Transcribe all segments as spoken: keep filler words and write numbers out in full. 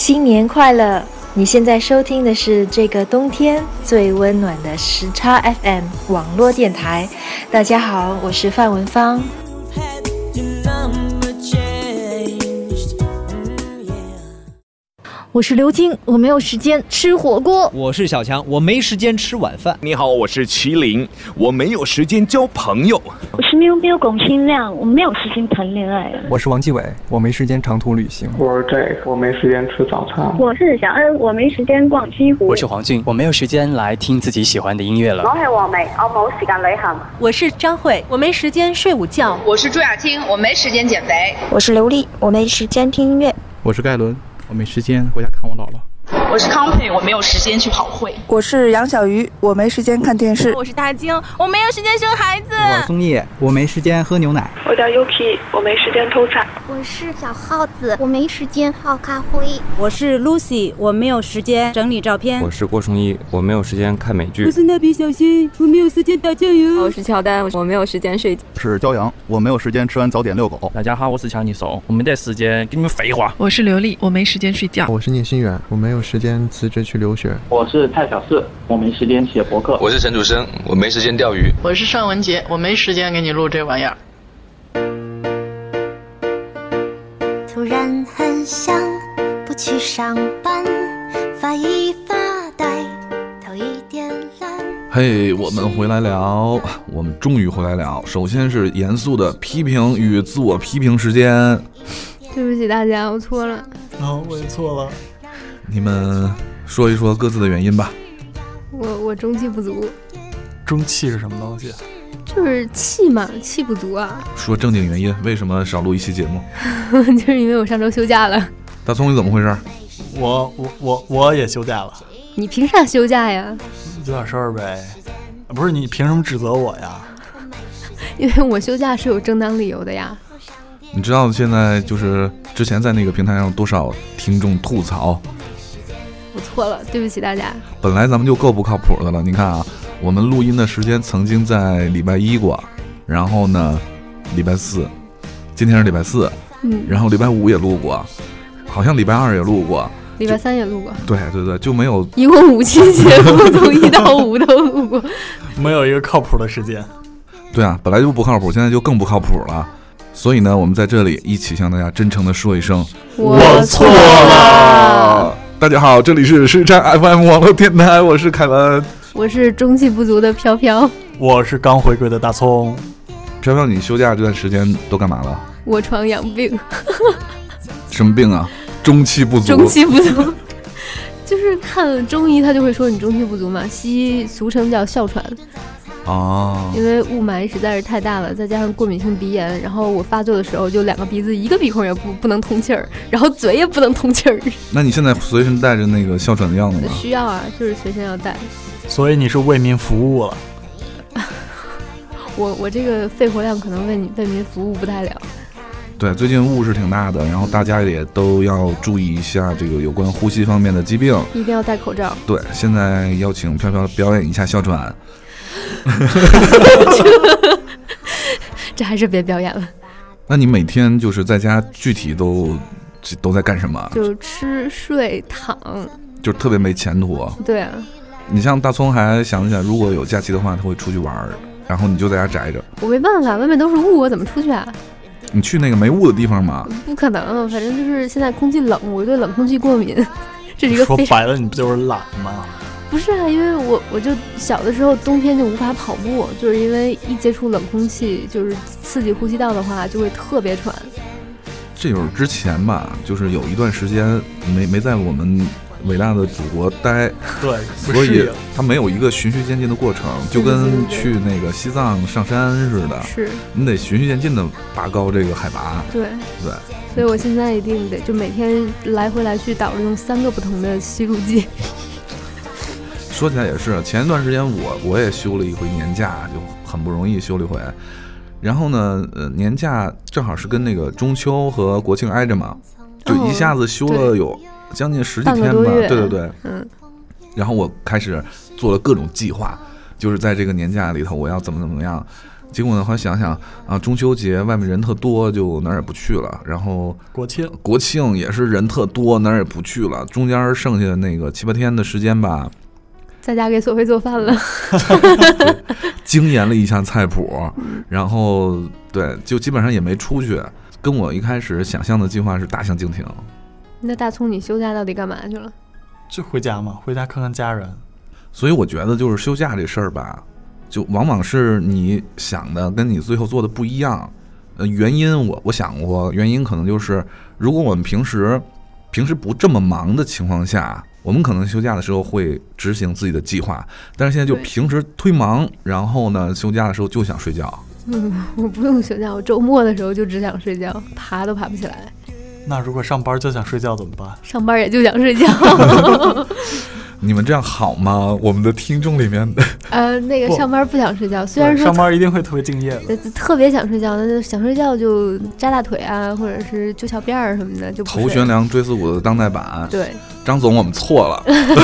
新年快乐！你现在收听的是这个冬天最温暖的时差 F M 网络电台。大家好，我是范文芳。 我是刘晶，我没有时间吃火锅。 我是小强，我没时间吃晚饭。 你好，我是麒麟，我没有时间交朋友。 我是喵喵龚清亮，我没有时间谈恋爱。 我是王继伟，我没时间长途旅行。 我是 Jack， 我没时间吃早餐。 我是小恩，我没时间逛西湖。 我是黄俊，我没有时间来听自己喜欢的音乐了。 我是黃薇，我冇時間旅行。 我是張慧，我沒時間睡午覺。 我是朱雅青，我沒時間減肥。 我是劉麗，我沒時間聽音樂。 我是蓋倫，我沒時間回家看我姥姥。 我是康佩，我没有时间去跑会。 我是杨小鱼，我没时间看电视。 我是大晶，我没有时间生孩子。 我是松叶，我没时间喝牛奶。 我叫 Yuki， 我没时间偷菜。 我是小耗子，我没时间泡咖啡。 我是 Lucy， 我没有时间整理照片。 我是郭崇一，我没有时间看美剧。 我是蜡笔小新，我没有时间打酱油。 我是乔丹，我没有时间睡觉。 我是骄阳，我没有时间吃完早点遛狗。 大家好，我是强尼手，我没得时间跟你们废话。 我是刘丽，我没时间睡觉。 我是聂新远，我没有时间辞职去留学。 我是蔡小四，我没时间写博客。 我是陈楚生，我没时间钓鱼。 我是尚文杰，我没时间给你录这玩意儿。 突然很想不去上班，发一发呆，头一点蓝。 嘿、hey, 我们回来了，我们终于回来了。首先是严肃的批评与自我批评时间。 对不起大家，我错了。 哦，我也错了。 你们说一说各自的原因吧。 我我中气不足。 中气是什么东西？ 就是气嘛，气不足啊。 说正经原因，为什么少录一期节目？ 就是因为我上周休假了。 大葱，你怎么回事？ 我我我我也休假了。 你凭啥休假呀？ 有点事儿呗。不是，你凭什么指责我呀？ 因为我休假是有正当理由的呀。 你知道现在就是之前在那个平台上多少听众吐槽？ 我错了，对不起大家。 本来咱们就够不靠谱的了，你看啊，我们录音的时间曾经在礼拜一过，然后呢，礼拜四，今天是礼拜四， 嗯， 然后礼拜五也录过，好像礼拜二也录过， 礼拜三也录过， 对对对，就没有一共五期节目，从一到五都录过， 没有一个靠谱的时间。 对啊，本来就不靠谱，现在就更不靠谱了。所以呢，我们在这里一起向大家真诚地说一声， 我错了。 大家好，这里是时差 F M 网络电台，我是凯文， 我是中气不足的飘飘， 我是刚回归的大葱。 飘飘，你休假这段时间都干嘛了？ 卧床养病。 什么病啊？中气不足。 中气不足，就是看中医他就会说你中气不足嘛，西医俗称叫哮喘。 哦， 因为雾霾实在是太大了，再加上过敏性鼻炎，然后我发作的时候就两个鼻子一个鼻孔也不不能通气儿，然后嘴也不能通气儿。 那你现在随身带着那个哮喘的药呢吗？ 需要啊，就是随身要带。 所以你是为民服务了。 我我这个肺活量可能为你为民服务不太了。 对，最近雾是挺大的，然后大家也都要注意一下这个有关呼吸方面的疾病， 一定要戴口罩。 对，现在要请飘飘表演一下哮喘。 这还是别表演了。 那你每天就是在家具体都都在干什么？ 就吃睡躺， 就特别没前途。 对啊， 你像大葱还想一想，如果有假期的话，他会出去玩，然后你就在家宅着。 我没办法，外面都是雾，我怎么出去啊？ 你去那个没雾的地方吗？ 不可能，反正就是现在空气冷，我对冷空气过敏。这是一个说白了，你不就是懒吗？ 不是啊，因为我我就小的时候冬天就无法跑步，就是因为一接触冷空气，就是刺激呼吸道的话，就会特别喘。 这就是之前吧，就是有一段时间没没在我们伟大的祖国待， 对， 所以它没有一个循序渐进的过程，就跟去那个西藏上山似的， 是你得循序渐进的拔高这个海拔。 对对， 所以我现在一定得就每天来回来去倒着用三个不同的吸入剂。 说起来也是，前一段时间我我也休了一回年假，就很不容易休了一回。然后呢，呃，年假正好是跟那个中秋和国庆挨着嘛，就一下子休了有将近十几天吧。对对对， 嗯。 然后我开始做了各种计划，就是在这个年假里头，我要怎么怎么样。 结果呢，后来想想啊，中秋节外面人特多，就哪儿也不去了。然后国庆， 国庆也是人特多，哪儿也不去了。中间剩下的那个七八天的时间吧， 在家给索菲做饭了， 精研了一下菜谱，然后对，就基本上也没出去。跟我一开始想象的计划是大相径庭。 那大葱，你休假到底干嘛去了？ 就回家嘛，回家看看家人。 所以我觉得就是休假这事儿吧。就往往是你想的跟你最后做的不一样，呃，原因我我想过，原因可能就是如果我们平时平时不这么忙的情况下，我们可能休假的时候会执行自己的计划，但是现在就平时忒忙，然后呢休假的时候就想睡觉。 嗯，我不用休假，我周末的时候就只想睡觉，爬都爬不起来。 那如果上班就想睡觉怎么办？ 上班也就想睡觉。 你们这样好吗？我们的听众里面的呃，那个上班不想睡觉，虽然说上班一定会特别敬业的， 特别想睡觉，那想睡觉就扎大腿啊，或者是揪小辫儿什么的，就不头悬梁锥刺股的当代版。 对， 张总，我们错了。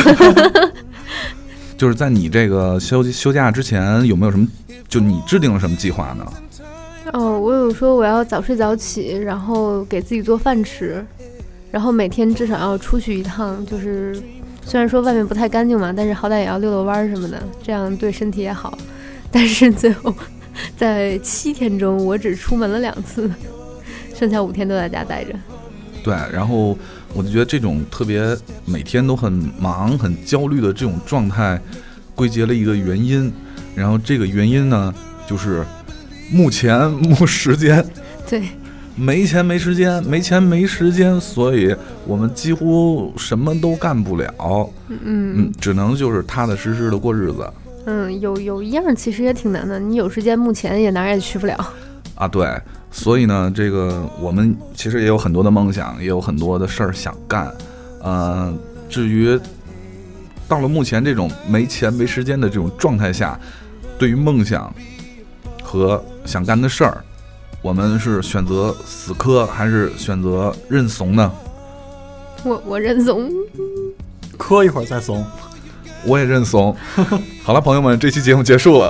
就是在你这个休休假之前，有没有什么？就你制定了什么计划呢？ 哦，我有说我要早睡早起，然后给自己做饭吃，然后每天至少要出去一趟，就是虽然说外面不太干净嘛，但是好歹也要遛遛弯什么的，这样对身体也好。但是最后在七天中，我只出门了两次，剩下五天都在家待着。 对，然后我就觉得这种特别每天都很忙、很焦虑的这种状态，归结了一个原因，然后这个原因呢，就是目前没时间。 对。 没钱没时间，没钱没时间，所以我们几乎什么都干不了。嗯嗯，只能就是踏踏实实的过日子。 嗯，有有一样其实也挺难的，你有时间目前也哪儿也去不了。 啊，对，所以呢，这个我们其实也有很多的梦想，也有很多的事儿想干。呃，至于到了目前这种没钱没时间的这种状态下，对于梦想和想干的事儿，我们是选择死磕还是选择认怂呢？ 我我认怂， 磕一会儿再怂。 我也认怂。好了，朋友们，这期节目结束了。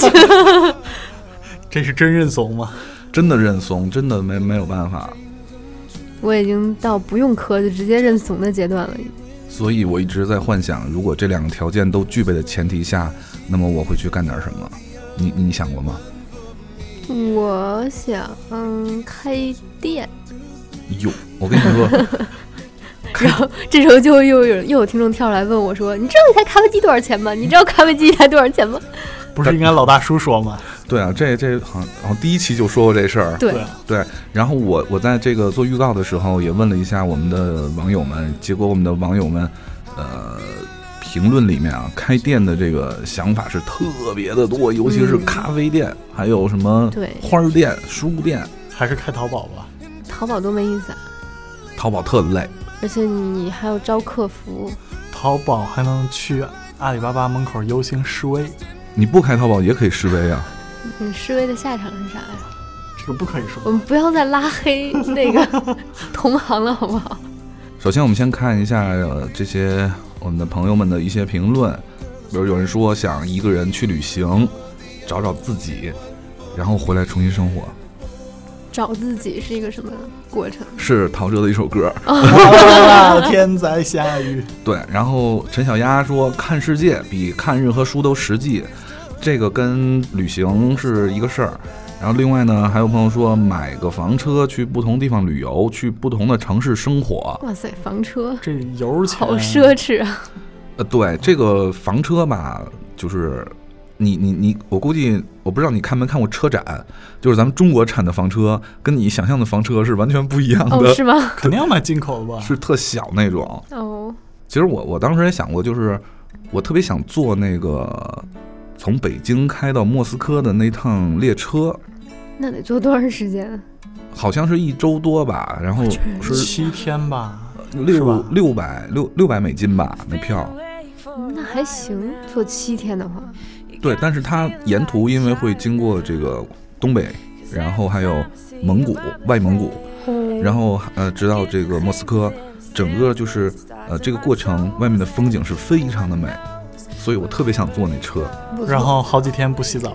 这是真认怂吗？ 真的认怂，真的没没有办法。 我已经到不用磕就直接认怂的阶段了。 所以我一直在幻想，如果这两个条件都具备的前提下，那么我会去干点什么？你你想过吗？ 我想嗯开店。 哟，我跟你说。 然后这时候就又有又有听众跳出来问我说：“你知道一台咖啡机多少钱吗？你知道咖啡机一台多少钱吗？” 不是应该老大叔说吗？ 对啊，这这好像然后第一期就说过这事儿。 对对，然后我我在这个做预告的时候也问了一下我们的网友们，结果我们的网友们呃评论里面啊，开店的这个想法是特别的多，尤其是咖啡店，嗯、还有什么花店、书店， 还是开淘宝吧？ 淘宝多没意思啊！ 淘宝特累。 而且你还要招客服， 淘宝还能去阿里巴巴门口游行示威， 你不开淘宝也可以示威啊。 你示威的下场是啥呀？ 这个不可以说。 我们不要再拉黑那个同行了，好不好？ 首先，我们先看一下、呃、这些我们的朋友们的一些评论，比如有人说想一个人去旅行，找找自己，然后回来重新生活。 找自己是一个什么过程？ 是陶喆的一首歌。 天在下雨。 对，然后陈小丫说看世界比看任何书都实际，这个跟旅行是一个事儿。然后另外呢，还有朋友说买个房车去不同地方旅游，去不同的城市生活。 哇塞，房车这油钱好奢侈啊！ 呃，对，这个房车吧，就是你你你，我估计我不知道你看没看过车展，就是咱们中国产的房车跟你想象的房车是完全不一样的。 哦，是吗？ 肯定要买进口吧？ 是特小那种。 哦， 其实我我当时也想过，就是我特别想坐那个从北京开到莫斯科的那趟列车。 那得坐多长时间？ 好像是一周多吧，然后是七天吧， 六六百六六百美金吧，那票。 那还行，坐七天的话。 对，但是它沿途因为会经过这个东北，然后还有蒙古、外蒙古，然后呃直到这个莫斯科，整个就是呃这个过程外面的风景是非常的美，所以我特别想坐那车。 然后好几天不洗澡。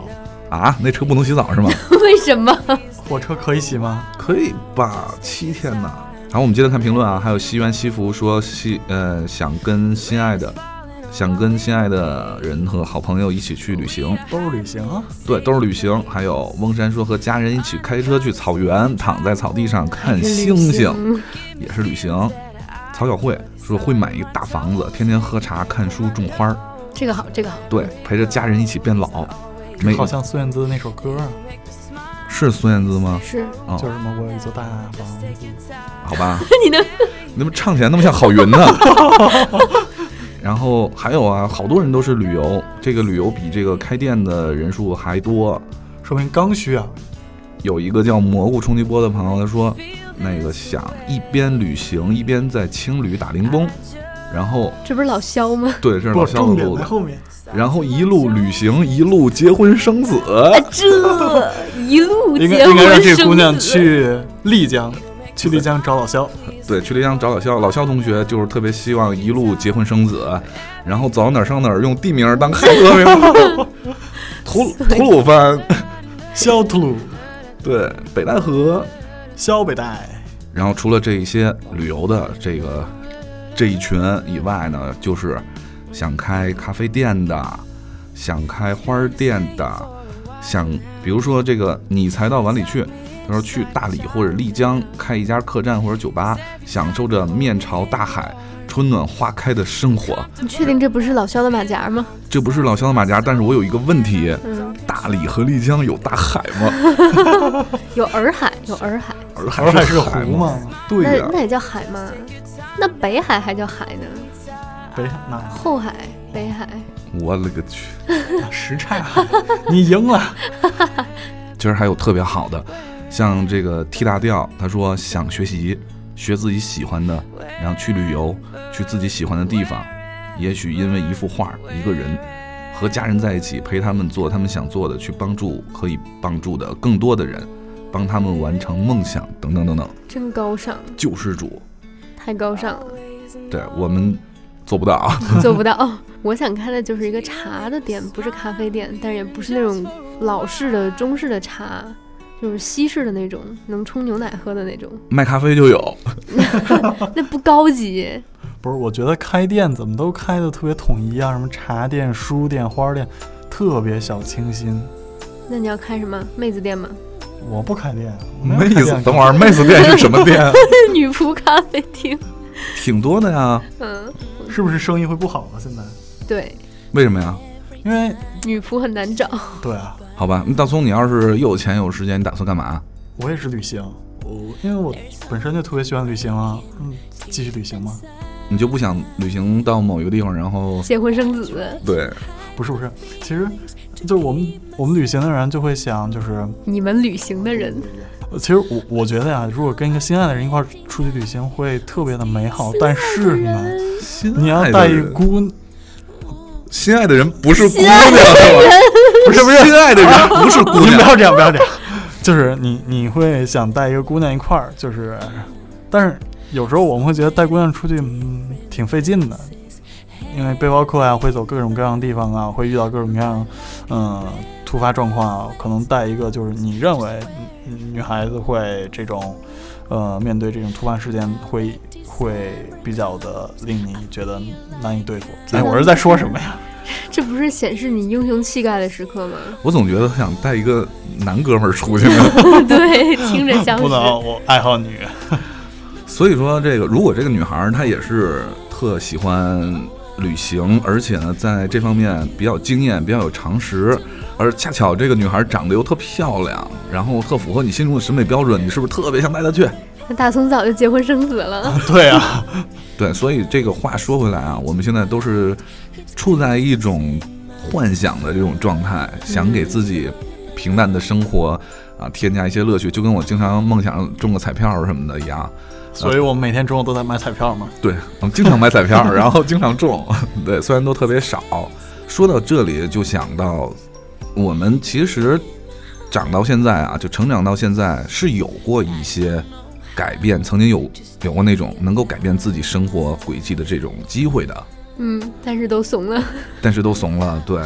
啊，那车不能洗澡是吗？ 为什么？ 火车可以洗吗？ 可以吧，七天呢。好，我们接着看评论啊，还有西园西服说西呃想跟心爱的。想跟心爱的人和好朋友一起去旅行， 都是旅行啊。 对，都是旅行。还有翁山说和家人一起开车去草原，躺在草地上看星星，也是旅行。曹小慧说会买一个大房子，天天喝茶、看书、种花。 这个好，这个好。 对，陪着家人一起变老。 没好像孙燕姿那首歌啊。 是孙燕姿吗？ 是， 哦、就是什么我有一座大房子。 好吧， 你能， 你怎么唱起来那么像郝云呢？然后还有啊，好多人都是旅游，这个旅游比这个开店的人数还多， 说明刚需啊。 有一个叫蘑菇冲击波的朋友，他说，那个想一边旅行一边在青旅打零工，然后这不是老肖吗？ 对，这是老肖的路子。 后面， 然后一路旅行一路结婚生子， 啊、这一路结婚生子， 应该应该让这个姑娘去丽江。去丽江找老肖， 对，去丽江找老肖。老肖同学就是特别希望一路结婚生子，然后走到哪儿上哪儿，用地名当海歌名。吐吐鲁番， 肖吐鲁， 对，北戴河， 肖北戴。 然后除了这一些旅游的这个这一群以外呢，就是想开咖啡店的，想开花店的，想比如说这个你才到碗里去。他说去大理或者丽江开一家客栈或者酒吧，享受着面朝大海、春暖花开的生活。 你确定这不是老肖的马甲吗？ 这不是老肖的马甲，但是我有一个问题， 嗯、 大理和丽江有大海吗？ 有洱海，有洱海。 洱海是个湖吗？ 对呀、 啊，那也叫海吗？那北海还叫海呢？ 北海哪？ 后海、北海。 我勒个去！ 什刹海，你赢了。 其实还有特别好的。像这个 T 大调，他说想学习，学自己喜欢的，然后去旅游，去自己喜欢的地方，也许因为一幅画、一个人，和家人在一起，陪他们做他们想做的，去帮助可以帮助的更多的人，帮他们完成梦想，等等等等。 真高尚， 救世主， 太高尚了。 对我们做不到， 做不到。我想开的就是一个茶的店，不是咖啡店，但是也不是那种老式的中式的茶。就是西式的那种，能冲牛奶喝的那种。 卖咖啡就有， 那不高级。 不是，我觉得开店怎么都开的特别统一啊，什么茶店、书店、花店，特别小清新。 那你要开什么妹子店吗？ 我不开店。 妹子，等会儿妹子店是什么店？ 女仆咖啡厅。 挺多的呀。 嗯。 是不是生意会不好啊？现在？ 对。 为什么呀？ 因为女仆很难找。 对啊。 好吧，大葱，你要是又有钱有时间，你打算干嘛？ 我也是旅行，我因为我本身就特别喜欢旅行啊，嗯，继续旅行吗？ 你就不想旅行到某一个地方，然后结婚生子？ 对， 不是不是，其实就是我们我们旅行的人就会想，就是你们旅行的人， 其实我我觉得呀，如果跟一个心爱的人一块出去旅行，会特别的美好，但是呢，你要带一姑。 心爱的人不是姑娘， 不是不是， 心爱的人不是姑娘， 你不要这样，不要这样，就是你你会想带一个姑娘一块儿，就是，但是有时候我们会觉得带姑娘出去、嗯、挺费劲的，因为背包客啊会走各种各样的地方啊，会遇到各种各样嗯突发状况啊，可能带一个就是你认为女孩子会这种呃面对这种突发事件会。会比较的令你觉得难以对付。哎，我是在说什么呀？ 这不是显示你英雄气概的时刻吗？ 我总觉得想带一个男哥们儿出去呢。 对，听着像是。 不能，我爱好女。 所以说，这个如果这个女孩她也是特喜欢旅行，而且呢在这方面比较经验、比较有常识，而恰巧这个女孩长得又特漂亮，然后特符合你心中的审美标准，你是不是特别想带她去？ 那大葱早就结婚生子了。 啊对啊， 对，所以这个话说回来啊，我们现在都是处在一种幻想的这种状态，想给自己平淡的生活啊添加一些乐趣，就跟我经常梦想中个彩票什么的一样。 所以我们每天中午都在买彩票嘛。 对，我们经常买彩票，然后经常中。对，虽然都特别少。说到这里，就想到我们其实长到现在啊，就成长到现在，是有过一些。改变曾经有有过那种能够改变自己生活轨迹的这种机会的， 嗯，但是都怂了， 但是都怂了，对。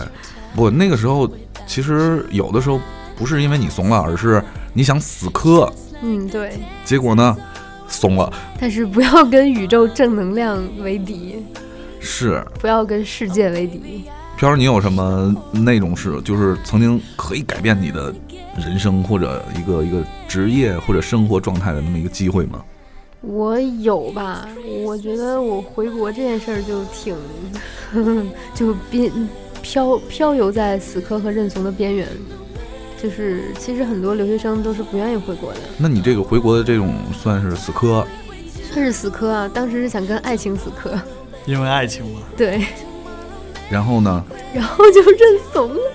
不，那个时候其实有的时候不是因为你怂了，而是你想死磕。 嗯，对。 结果呢，怂了。 但是不要跟宇宙正能量为敌。 是。 不要跟世界为敌。 飘儿，你有什么那种事，就是曾经可以改变你的人生或者一个一个职业或者生活状态的那么一个机会吗？ 我有吧，我觉得我回国这件事儿就挺，呵呵就边飘飘游在死磕和认怂的边缘。就是其实很多留学生都是不愿意回国的。那你这个回国的这种算是死磕？ 算是死磕啊，当时是想跟爱情死磕。 因为爱情嘛。 对。 然后呢？ 然后就认怂了。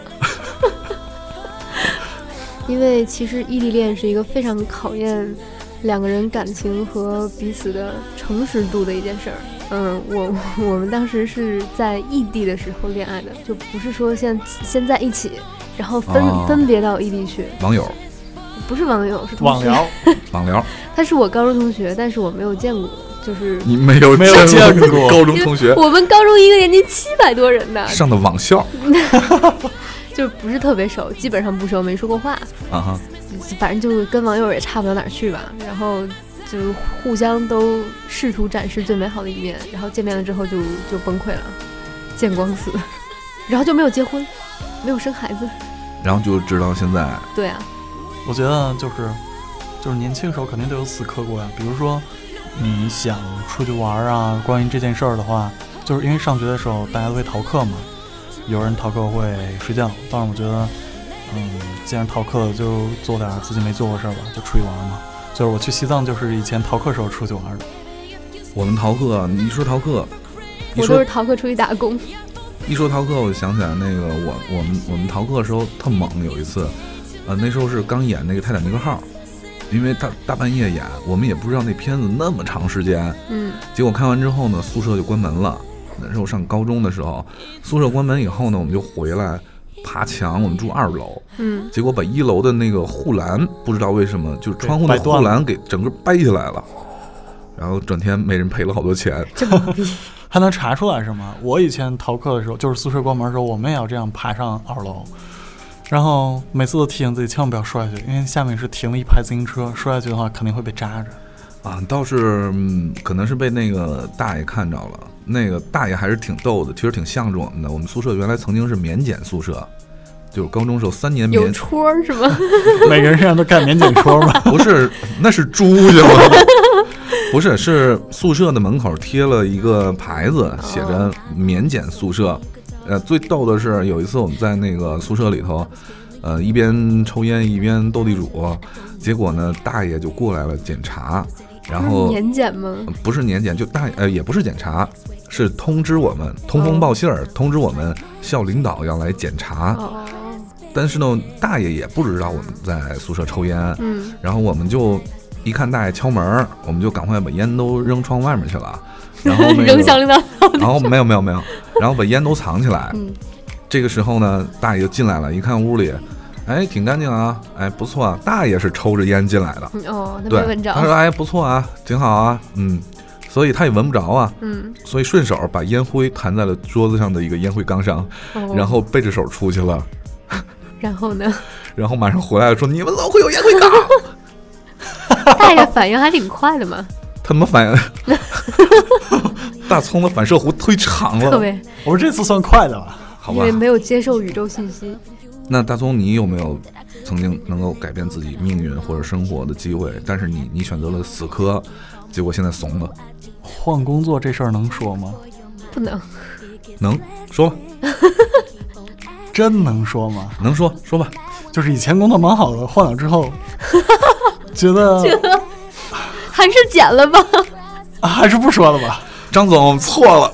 因为其实异地恋是一个非常考验两个人感情和彼此的诚实度的一件事儿。嗯，我我们当时是在异地的时候恋爱的，就不是说现先在一起，然后分、哦、分别到异地去。 网友？ 不是网友，是同学。 网聊。 网聊。 他是我高中同学，但是我没有见过。就是你没有没有见过高中同学？ 我们高中一个年级七百多人呢， 上的网校。 就不是特别熟，基本上不熟，没说过话。 啊哈， 反正就跟网友也差不到哪儿去吧。然后就互相都试图展示最美好的一面，然后见面了之后就就崩溃了，见光死，然后就没有结婚，没有生孩子， 然后就直到现在。 对啊， 我觉得就是就是年轻时候肯定都有死磕过呀。比如说你想出去玩啊，关于这件事儿的话，就是因为上学的时候大家都会逃课嘛。有人逃课会睡觉，当然我觉得，嗯，既然逃课就做点自己没做过事儿吧，就出去玩嘛。就是我去西藏，就是以前逃课时候出去玩的。 我们逃课，你说逃课， 我都是逃课出去打工。 一说逃课，我就想起来那个我我们我们逃课的时候特猛，有一次，呃，那时候是刚演那个《泰坦尼克号》，因为大大半夜演，我们也不知道那片子那么长时间， 嗯， 结果看完之后呢，宿舍就关门了。那时候上高中的时候，宿舍关门以后呢，我们就回来爬墙，我们住二楼， 嗯， 结果把一楼的那个护栏不知道为什么就是窗户的护栏给整个掰下来了，然后转天每人赔了好多钱。 这么逼还能查出来是吗？我以前逃课的时候，就是宿舍关门的时候，我们也要这样爬上二楼，然后每次都提醒自己千万不要摔下去，因为下面是停了一排自行车，摔下去的话肯定会被扎着。 啊，倒是、嗯、可能是被那个大爷看着了，那个大爷还是挺逗的，其实挺向着我们的。我们宿舍原来曾经是免检宿舍，就是高中时候三年免有戳是吗？ 每个人身上都盖免检戳吗？ 不是，那是猪去吗？不是，是宿舍的门口贴了一个牌子，写着免检宿舍。呃，最逗的是有一次我们在那个宿舍里头，呃，一边抽烟一边斗地主，结果呢，大爷就过来了检查。然后年检吗？ 不是年检，就大呃也不是检查，是通知我们通风报信儿、哦，通知我们校领导要来检查。 哦。 但是呢，大爷也不知道我们在宿舍抽烟， 嗯。 然后我们就一看大爷敲门，我们就赶快把烟都扔窗外面去了，然后、那个、 扔校领导， 然后没有没有没有，然后把烟都藏起来。 嗯。 这个时候呢，大爷就进来了，一看屋里。哎，挺干净啊！哎，不错啊。大爷是抽着烟进来的， 哦，他没闻着。 他说：“哎，不错啊，挺好啊，嗯。”所以他也闻不着啊， 嗯。 所以顺手把烟灰弹在了桌子上的一个烟灰缸上， 哦、 然后背着手出去了。 然后呢？ 然后马上回来说：“你们怎么会有烟灰缸？” 大爷反应还挺快的嘛。 他怎么反应？大葱的反射弧忒长了。 特别。 我说这次算快的了， 好吧？ 因为没有接受宇宙信息。 那大葱，你有没有曾经能够改变自己命运或者生活的机会？但是你你选择了死磕，结果现在怂了。 换工作这事儿能说吗？ 不能。 能说吧。 真能说吗？ 能说说吧。 就是以前工作蛮好的，换了之后，觉得还是减了吧、 啊，还是不说了吧。 张总错了。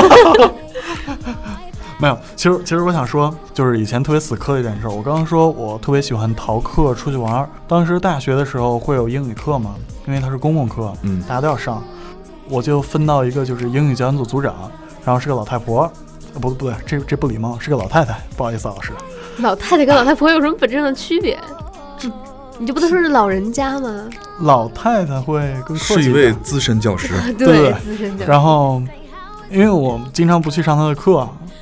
没有，其实其实我想说，就是以前特别死磕的一件事。我刚刚说我特别喜欢逃课出去玩，当时大学的时候会有英语课嘛，因为它是公共课， 嗯， 大家都要上。我就分到一个就是英语教研组组长，然后是个老太婆，不不对，这这不礼貌，是个老太太，不好意思，老师。 老太太跟老太婆有什么本质上的区别？这你就不能说是老人家吗？ 老太太会更客气， 是一位资深教师， 对对， 资深教师。 然后，因为我经常不去上她的课。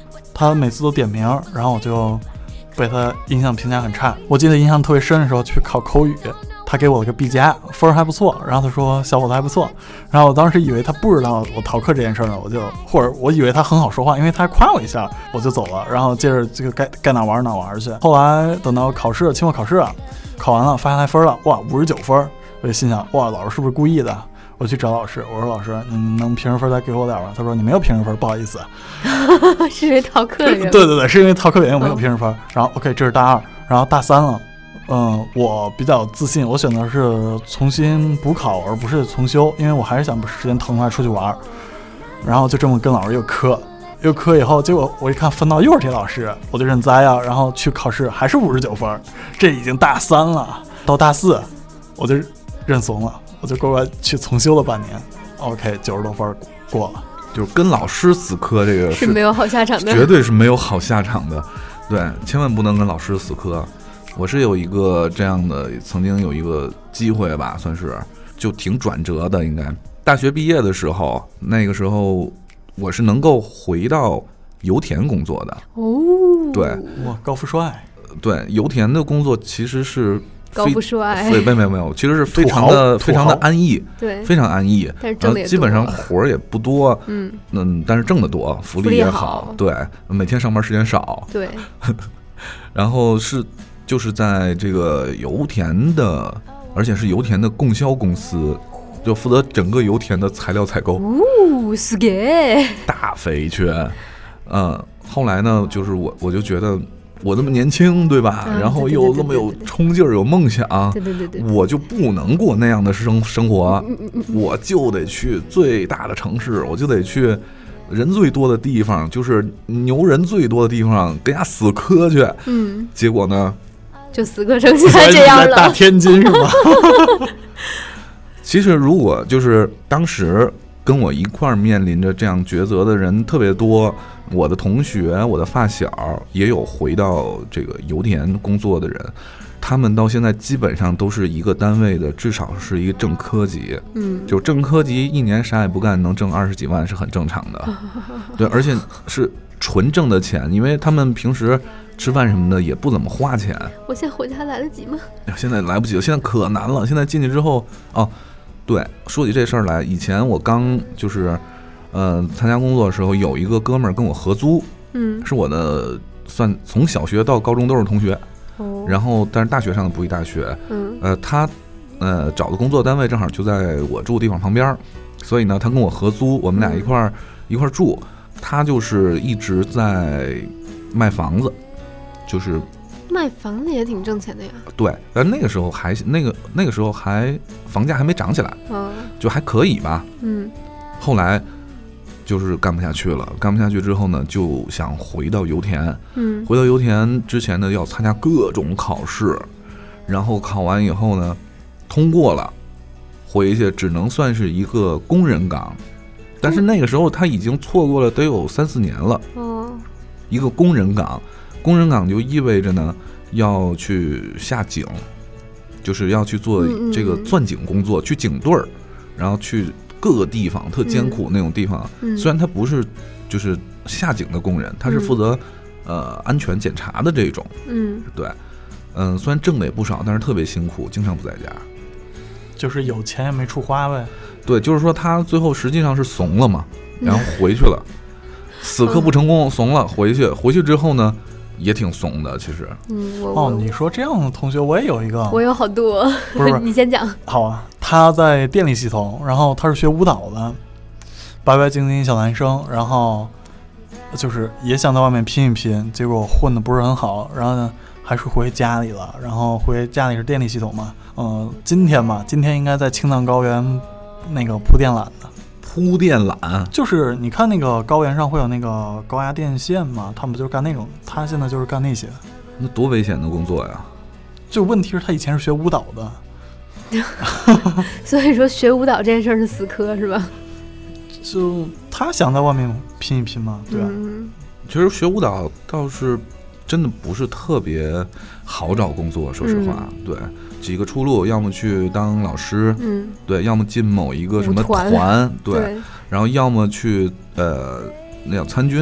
他每次都点名，然后我就被他印象评价很差。我记得印象特别深的时候去考口语，他给我了个 B 加，分还不错，然后他说小伙子还不错，然后我当时以为他不知道我逃课这件事呢，我就或者我以为他很好说话，因为他还夸我一下，我就走了，然后接着这个该该哪玩哪玩去。后来等到考试，期末考试啊，考完了发下来分了，哇，五十九分，我就心想，哇，老师是不是故意的？我去找老师，我说老师，你能平时分再给我点吗？他说你没有平时分，不好意思。 是因为逃课的原因？ 对对对，是因为逃课原因没有平时分。嗯、然后 OK， 这是大二，然后大三了。嗯，我比较自信，我选择是重新补考，而不是重修，因为我还是想把时间腾出来出去玩。然后就这么跟老师又磕，又磕以后，结果我一看分到又是这老师，我就认栽啊。然后去考试还是五十九分，这已经大三了。到大四，我就认怂了。我就乖乖去重修了半年 ，OK， 九十多分过了。 就是跟老师死磕，这个是没有好下场的， 绝对是没有好下场的。对，千万不能跟老师死磕。我是有一个这样的，曾经有一个机会吧，算是就挺转折的。应该大学毕业的时候，那个时候我是能够回到油田工作的。 哦， 对，哇，高富帅。 对，油田的工作其实是。 高富帅， 对，没有没有没有，其实是非常的非常的安逸， 对， 非常安逸。 但是挣的也多， 基本上活儿也不多， 嗯嗯，但是挣得多，福利也好，对，每天上班时间少， 对。 然后是就是在这个油田的，而且是油田的供销公司，就负责整个油田的材料采购。 哦，是给大肥缺，嗯，后来呢，就是我我就觉得。我那么年轻，对吧？ 嗯、 然后又那么有冲劲儿、有梦想， 对对对对， 我就不能过那样的生生活， 嗯嗯嗯、 我就得去最大的城市，我就得去人最多的地方，就是牛人最多的地方，跟人家死磕去。 嗯， 结果呢， 就死磕成现在这样了。 大天津是吧？ 其实如果就是当时跟我一块儿面临着这样抉择的人特别多。我的同学，我的发小也有回到这个油田工作的人，他们到现在基本上都是一个单位的，至少是一个正科级。 嗯， 就正科级一年啥也不干能挣二十几万是很正常的。对，而且是纯挣的钱，因为他们平时吃饭什么的也不怎么花钱。 我现在回家来得及吗？ 现在来不及了，现在可难了。现在进去之后，哦，对，说起这事儿来，以前我刚就是。呃，参加工作的时候，有一个哥们儿跟我合租， 嗯， 是我的算从小学到高中都是同学， 哦， 然后但是大学上的不一大学， 嗯， 呃，他呃找的工作单位正好就在我住的地方旁边，所以呢，他跟我合租，我们俩一块儿、嗯、一块儿住，他就是一直在卖房子，就是卖房子也挺挣钱的呀。 对，但那个时候还那个那个时候还房价还没涨起来， 嗯， 就还可以吧， 嗯， 后来。就是干不下去了，干不下去之后呢，就想回到油田。 嗯， 回到油田之前呢，要参加各种考试，然后考完以后呢，通过了，回去只能算是一个工人岗。但是那个时候他已经错过了得有三四年了。 哦， 一个工人岗，工人岗就意味着呢，要去下井，就是要去做这个钻井工作，嗯嗯去井队儿，然后去。各个地方特艰苦那种地方， 嗯、 虽然他不是就是下井的工人，他是负责、嗯、呃安全检查的这种， 嗯， 对，嗯、呃，虽然挣的也不少，但是特别辛苦，经常不在家， 就是有钱也没处花呗。 对，就是说他最后实际上是怂了嘛，然后回去了，嗯、死磕不成功，怂了，回去，回去之后呢？也挺怂的，其实。 嗯， 哦，你说这样的同学，我也有一个。 我有好多。 不是， 你先讲。 好啊，他在电力系统，然后他是学舞蹈的，白白净净小男生，然后就是也想在外面拼一拼，结果混的不是很好，然后呢还是回家里了，然后回家里是电力系统嘛，嗯、呃，今天嘛，今天应该在青藏高原那个铺电缆的。 铺电缆就是你看那个高原上会有那个高压电线嘛，他们就是干那种，他现在就是干那些。 那多危险的工作呀！ 就问题是他以前是学舞蹈的， 所以说学舞蹈这件事是死磕是吧？ 就他想在外面拼一拼嘛，对吧、啊嗯？ 其实学舞蹈倒是真的不是特别好找工作，说实话，嗯、对。几个出路，要么去当老师， 嗯， 对，要么进某一个什么团， 团对, 对，然后要么去呃那叫参军，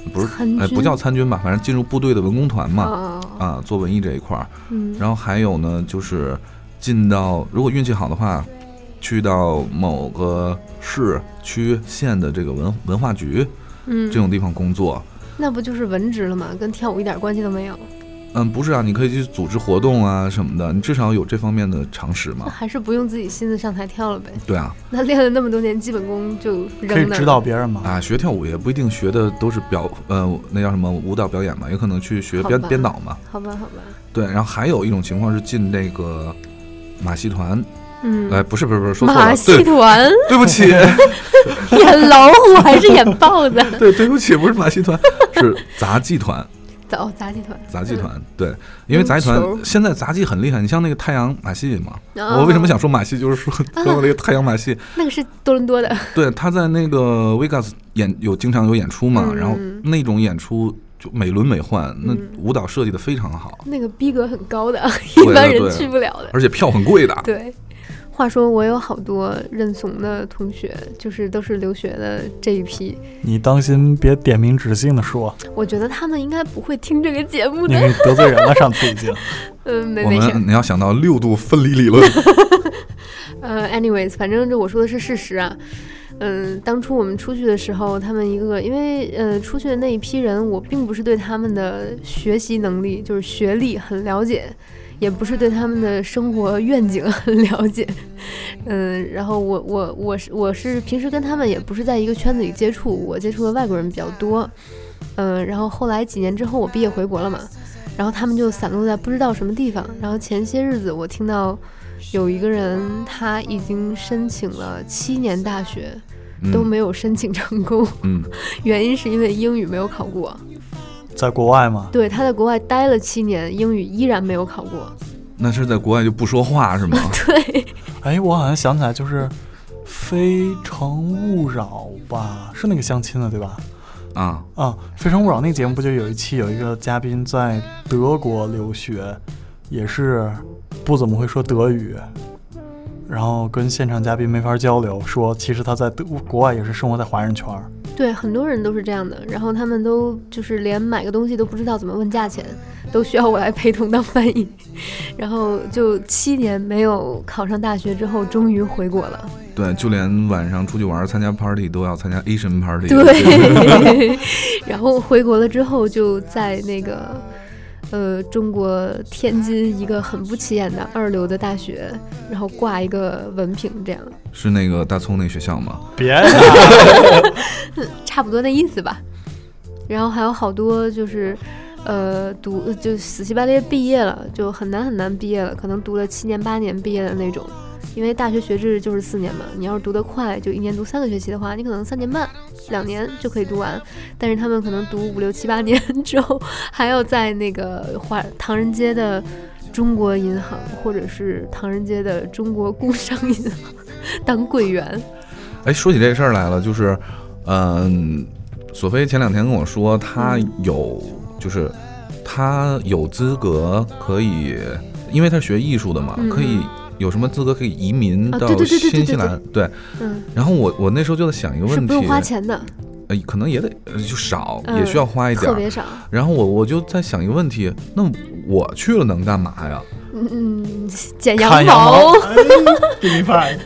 不是哎不叫参军吧，反正进入部队的文工团嘛， 哦、 啊做文艺这一块儿。 嗯， 然后还有呢，就是进到如果运气好的话，去到某个市区县的这个文文化局， 嗯， 这种地方工作。 那不就是文职了吗？跟跳舞一点关系都没有。 嗯，不是啊，你可以去组织活动啊什么的，你至少有这方面的常识嘛。 还是不用自己亲自上台跳了呗。 对啊。 那练了那么多年基本功就扔那儿。 可以指导别人嘛。 啊，学跳舞也不一定学的都是表呃那叫什么舞蹈表演嘛，有可能去学编编导嘛。 好吧，好吧。 对，然后还有一种情况是进那个马戏团。 嗯， 哎，不是不是不是，说错了。 马戏团， 对不起， 演老虎还是演豹子？ 对，对不起，不是马戏团，是杂技团。 哦，杂技团， 杂技团，嗯、对，因为杂技团现在杂技很厉害，你像那个太阳马戏嘛，哦、我为什么想说马戏，就是说说那个太阳马戏， 那个是多伦多的， 对，他在那个 Vegas 演有经常有演出嘛， 嗯、 然后那种演出就美轮美奂，嗯、那舞蹈设计的非常好， 那个逼格很高的，一般人去不了的， 而且票很贵的， 对。话说我有好多认怂的同学，就是都是留学的这一批。 你当心别点名指姓的说。 我觉得他们应该不会听这个节目的。 你得罪人了，上次已经。 嗯，没没事。 我们你要想到六度分离理论。 呃 ，anyways， 反正这我说的是事实啊。嗯，当初我们出去的时候，他们一个个，因为呃出去的那一批人，我并不是对他们的学习能力，就是学历很了解。也不是对他们的生活愿景很了解，嗯，然后我我我是我是平时跟他们也不是在一个圈子里接触，我接触的外国人比较多，嗯，然后后来几年之后我毕业回国了嘛，然后他们就散落在不知道什么地方，然后前些日子我听到有一个人他已经申请了七年大学，嗯、都没有申请成功， 嗯， 原因是因为英语没有考过。 在国外吗？ 对，他在国外待了七年，英语依然没有考过。 那是在国外就不说话是吗？ 对。 哎，我好像想起来，就是《非诚勿扰》吧，是那个相亲的对吧？ 啊啊，《非诚勿扰》那节目不就有一期有一个嘉宾在德国留学，也是不怎么会说德语，然后跟现场嘉宾没法交流，说其实他在德国外也是生活在华人圈。 对，很多人都是这样的，然后他们都就是连买个东西都不知道怎么问价钱，都需要我来陪同当翻译，然后就七年没有考上大学之后，终于回国了。 对，就连晚上出去玩参加 party 都要参加 Asian party。 对，然后回国了之后，就在那个呃中国天津一个很不起眼的二流的大学，然后挂一个文凭，这样。 是那个大葱那学校吗？ 别呀差不多那意思吧。然后还有好多就是呃读就死乞白赖毕业了，就很难很难毕业了，可能读了七年八年毕业的那种。因为大学学制就是四年嘛，你要是读得快，就一年读三个学期的话，你可能三年半两年就可以读完。但是他们可能读五六七八年之后，还要在那个华唐人街的中国银行，或者是唐人街的中国工商银行当柜员。 哎，说起这事儿来了，就是嗯，索菲前两天跟我说，他有、嗯、就是他有资格可以，因为他是学艺术的嘛，嗯、可以。有什么资格可以移民到新西兰？对， 嗯。 然后我我那时候就在想一个问题，是不用花钱的， 呃，可能也得就少、嗯，也需要花一点， 特别少。 然后我我就在想一个问题，那我去了能干嘛呀？ 嗯嗯，剪羊毛，给你拍，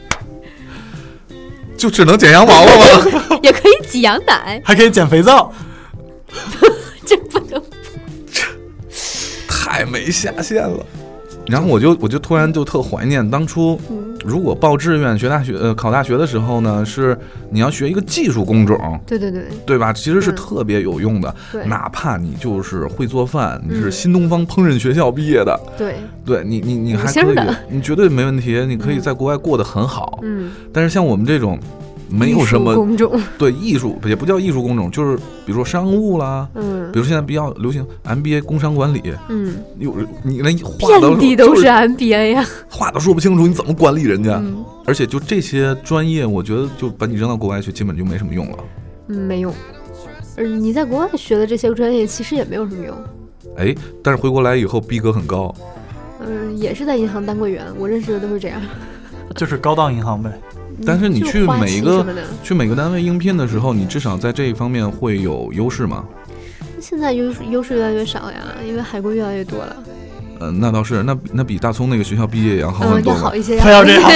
就只能剪羊毛了吗？ 也可以挤羊奶， 还可以捡肥皂， 这不能， 太没下限了。然后我就我就突然就特怀念当初，如果报志愿学大学呃考大学的时候呢，是你要学一个技术工种， 对对对， 对吧？其实是特别有用的， 嗯、 哪怕你就是会做饭，你是新东方烹饪学校毕业的， 对， 对你你你还可以，你绝对没问题，你可以在国外过得很好。 嗯， 但是像我们这种。没有什么工种， 对艺术也不叫艺术工种，就是比如说商务啦， 嗯， 比如现在比较流行 M B A 工商管理， 嗯， 有你那话遍地都是 M B A 呀， 话都说不清楚，你怎么管理人家？ 嗯、 而且就这些专业，我觉得就把你扔到国外去，基本就没什么用了。 嗯，没用。而你在国外学的这些专业，其实也没有什么用。 哎，但是回国来以后逼格很高。 嗯，也是在银行当柜员，我认识的都是这样。 就是高档银行呗。 但是你去每一个去每个单位应聘的时候，你至少在这一方面会有优势吗？ 现在优势优势越来越少呀，因为海归越来越多了。 呃，那倒是，那那比大葱那个学校毕业也要好很多、 嗯，要好一些。 非要这样。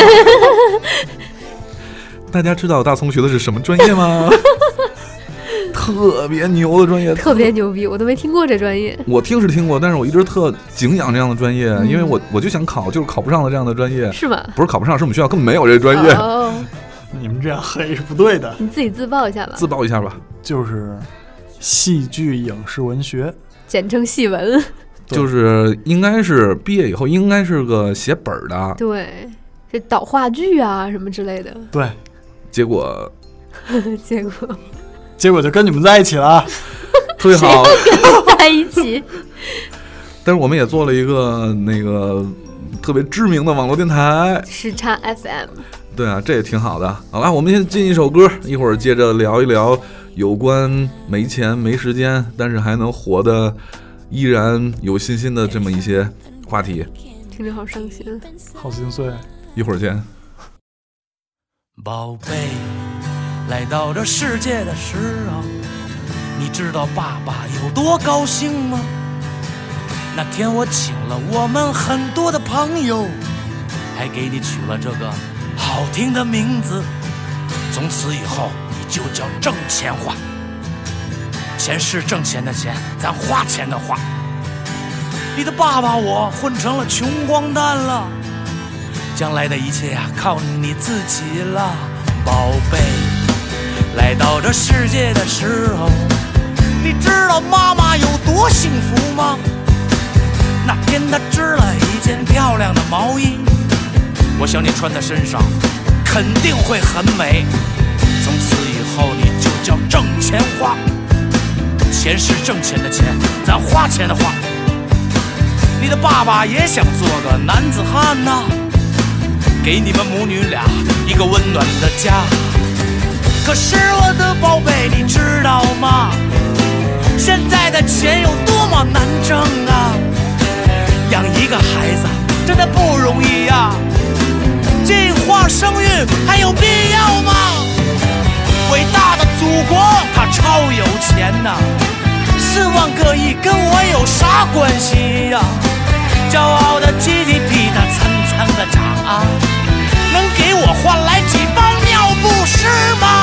大家知道大葱学的是什么专业吗？特别牛的专业， 特别牛逼，我都没听过这专业。 我听是听过，但是我一直特敬仰这样的专业，嗯、因为我我就想考，就是考不上的这样的专业。 是吗？ 不是考不上，是我们学校根本没有这个专业。 哦， 你们这样黑是不对的。 你自己自曝一下吧。 自曝一下吧。 就是戏剧影视文学， 简称戏文。 就是应该是毕业以后应该是个写本的。 对，是导话剧啊什么之类的。 对， 结果， 结果。 结果就跟你们在一起了， 特别好， 在一起。 但是我们也做了一个那个特别知名的网络电台， 时差 F M。 对啊，这也挺好的。好吧，我们先进一首歌，一会儿接着聊一聊有关没钱没时间，但是还能活得依然有信心的这么一些话题。 听着好伤心， 好心碎。 一会儿见， 宝贝。来到这世界的时候，你知道爸爸有多高兴吗？那天我请了我们很多的朋友，还给你取了这个好听的名字。从此以后你就叫挣钱花，钱是挣钱的钱，咱花钱的花。你的爸爸我混成了穷光蛋了，将来的一切呀、啊、靠你自己了，宝贝。来到这世界的时候，你知道妈妈有多幸福吗？那天她织了一件漂亮的毛衣，我想你穿在身上肯定会很美。从此以后你就叫挣钱花，钱是挣钱的钱，咱花钱的花。你的爸爸也想做个男子汉呐、啊，给你们母女俩一个温暖的家。可是我的宝贝，你知道吗？现在的钱有多么难挣啊！养一个孩子真的不容易呀、啊，计划生育还有必要吗？伟大的祖国它超有钱呐、啊，四万个亿跟我有啥关系呀、啊？骄傲的 G D P 它蹭蹭的涨啊，能给我换来几包尿不湿吗？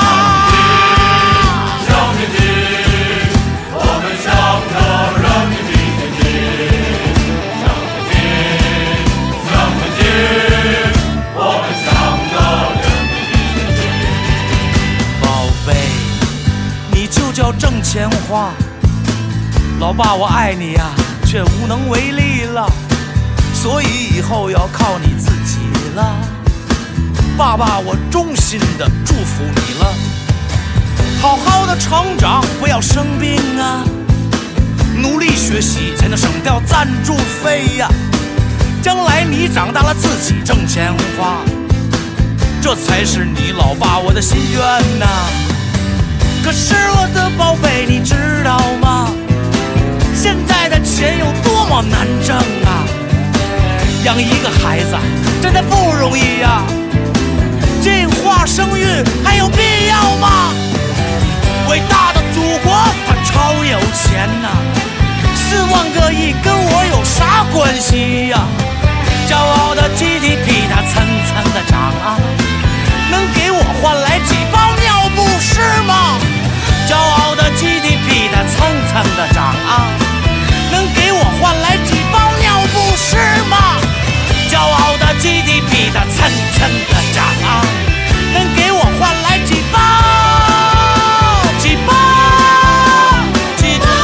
人民币，我们想着人民币前进，向前进，向前进，我们想着人民币前进。 宝贝，你就叫挣钱花，老爸我爱你呀、啊，却无能为力了，所以以后要靠你自己了。爸爸，我衷心的祝福你了，好好的成长，不要生病啊，努力学习才能省掉赞助费呀、啊。将来你长大了自己挣钱花，这才是你老爸我的心愿呐、啊。可是我的宝贝，你知道吗？现在的钱有多么难挣啊！养一个孩子真的不容易呀、啊。计划生育还有必要吗？伟大的祖国它超有钱呐、啊，四万个亿跟我有啥关系呀、啊？骄傲的 G D P 它蹭蹭的涨啊，能给我换来几包尿不湿吗？骄傲的 G D P 它蹭蹭的涨啊，能给我换来几包尿不湿吗？骄傲的 G D P 它蹭蹭的涨啊，能给我换来几包几包几包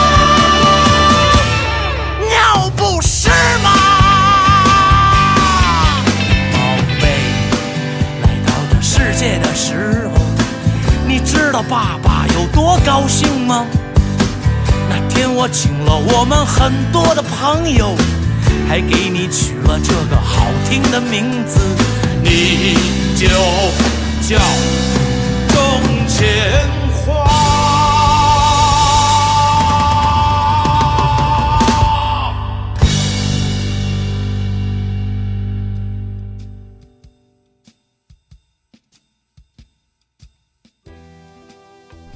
尿不湿吗？宝贝，来到这世界的时候，你知道爸爸有多高兴吗？那天我请了我们很多的朋友，还给你取了这个好听的名字，你就叫挣钱花。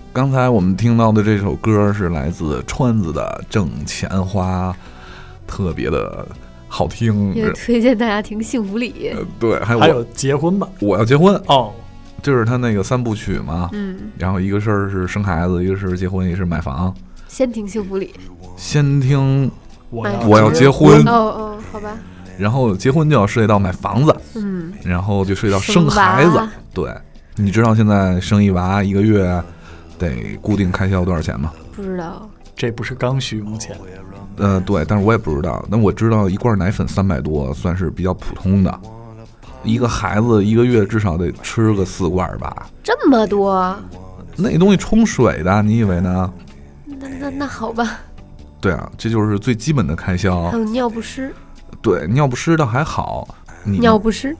刚才我们听到的这首歌是来自川子的《挣钱花》，特别的好听， 也推荐大家听《幸福里》。 呃、对，还有还有结婚吧， 我要结婚哦， 就是他那个三部曲嘛。 嗯， 然后一个事儿是生孩子，一个是结婚，一个是买房。 先听《幸福里》， 先听我要我要结婚。 哦哦，好吧。 然后结婚就要涉及到买房子， 嗯， 然后就涉及到生孩子。对，你知道现在生一娃一个月得固定开销多少钱吗？ 不知道， 这不是刚需目前。 呃，对，但是我也不知道。那我知道一罐奶粉三百多，算是比较普通的。一个孩子一个月至少得吃个四罐吧？ 这么多？ 那东西冲水的，你以为呢？ 那那那好吧。 对啊，这就是最基本的开销。 还有尿不湿。 对，尿不湿倒还好。 尿不湿。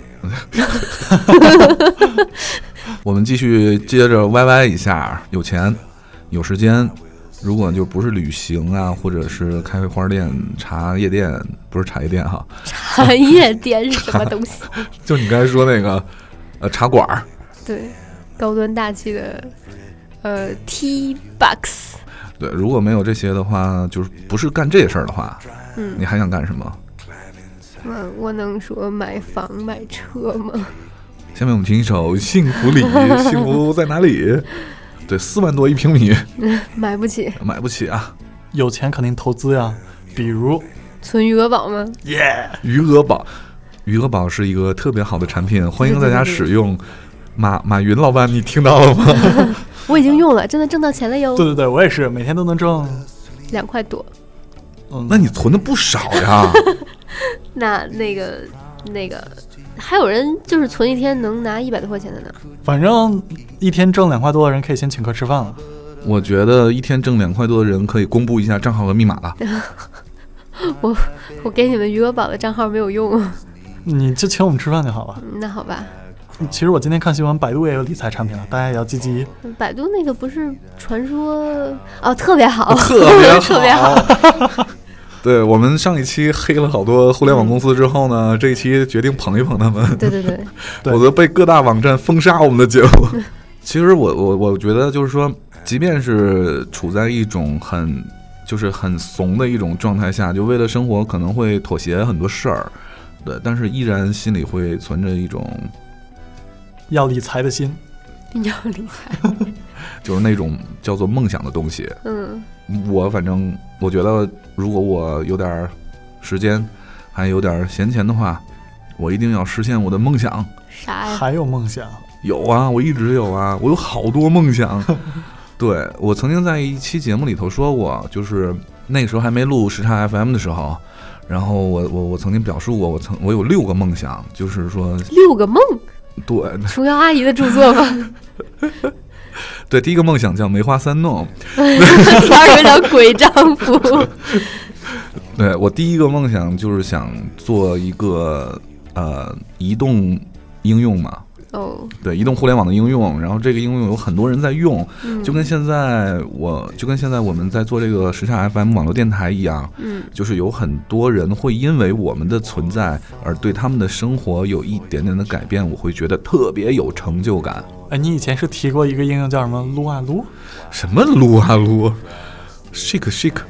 我们继续接着歪歪一下，有钱有时间，如果就不是旅行啊，或者是开花店、茶叶店，不是茶叶店哈， 茶叶店是什么东西？ 就你刚才说那个呃茶馆， 对，高端大气的呃 Tea Box。 对，如果没有这些的话，就是不是干这事儿的话， 嗯， 你还想干什么？ 我我能说买房买车吗？ 下面我们听一首《幸福里》，幸福在哪里？对，四万多一平米， 嗯，买不起， 买不起啊！ 有钱肯定投资呀，比如存余额宝吗？ 耶、 yeah ，余额宝，余额宝是一个特别好的产品，欢迎大家使用。马马云老板，你听到了吗？ 我已经用了，真的挣到钱了哟。 对对对，我也是，每天都能挣两块多。 嗯，那你存的不少呀。 那那个那个，还有人就是存一天能拿一百多块钱的呢。 反正一天挣两块多的人可以先请客吃饭了。 我觉得一天挣两块多的人可以公布一下账号和密码了。 我我给你们余额宝的账号没有用。 你就请我们吃饭就好了。 那好吧。 其实我今天看新闻，百度也有理财产品了，大家也要积极。 百度那个不是传说哦，特别好， 特别好， 特别好。 对，我们上一期黑了好多互联网公司之后呢，嗯、这一期决定捧一捧他们。 对对对， 否则被各大网站封杀我们的节目。其实我我我觉得就是说，即便是处在一种很就是很怂的一种状态下，就为了生活可能会妥协很多事儿，对，但是依然心里会存着一种要理财的心。 要理财， 就是那种叫做梦想的东西。 嗯， 我反正我觉得，如果我有点时间，还有点闲钱的话，我一定要实现我的梦想。 啥呀？ 还有梦想？ 有啊，我一直有啊，我有好多梦想。对，我曾经在一期节目里头说过，就是那个时候还没录时差 F M 的时候，然后我我我曾经表述过，我曾我有六个梦想，就是说六个梦。 对， 琼瑶阿姨的著作吗？ 对，第一个梦想叫梅花三弄， 第二个叫鬼丈夫。 对，我第一个梦想就是想做一个呃移动应用嘛。 哦、oh. ， 对，移动互联网的应用，然后这个应用有很多人在用， 嗯、 就跟现在我就跟现在我们在做这个时差 F M 网络电台一样， 嗯， 就是有很多人会因为我们的存在而对他们的生活有一点点的改变，我会觉得特别有成就感。 哎，你以前是提过一个应用叫什么撸啊撸？ 什么撸啊撸 ？shake shake。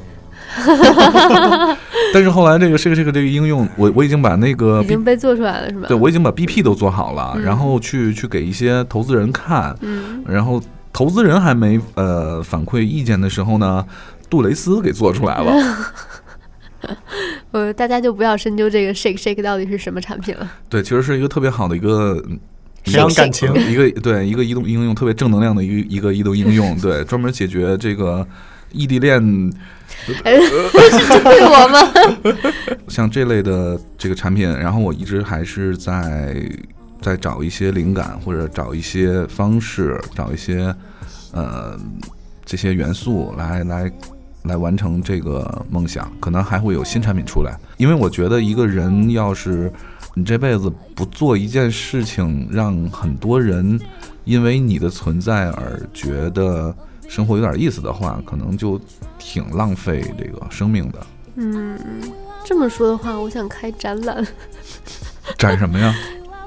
但是后来这个这个这个这个应用，我我已经把那个 B, 已经被做出来了是吧？ 对，我已经把 B P 都做好了， 嗯、 然后去去给一些投资人看， 嗯， 然后投资人还没呃反馈意见的时候呢，杜蕾斯给做出来了。 呃，大家就不要深究这个 shake shake 到底是什么产品了。 对，其实是一个特别好的一个。 培养感情， 一个对一个移动应用特别正能量的一个一个移动应用，对，专门解决这个异地恋。 哎、是针对我吗？ 像这类的这个产品，然后我一直还是在在找一些灵感，或者找一些方式，找一些呃这些元素来来来完成这个梦想。可能还会有新产品出来，因为我觉得一个人要是你这辈子不做一件事情，让很多人因为你的存在而觉得生活有点意思的话，可能就挺浪费这个生命的。 嗯，这么说的话，我想开展览。 展什么呀？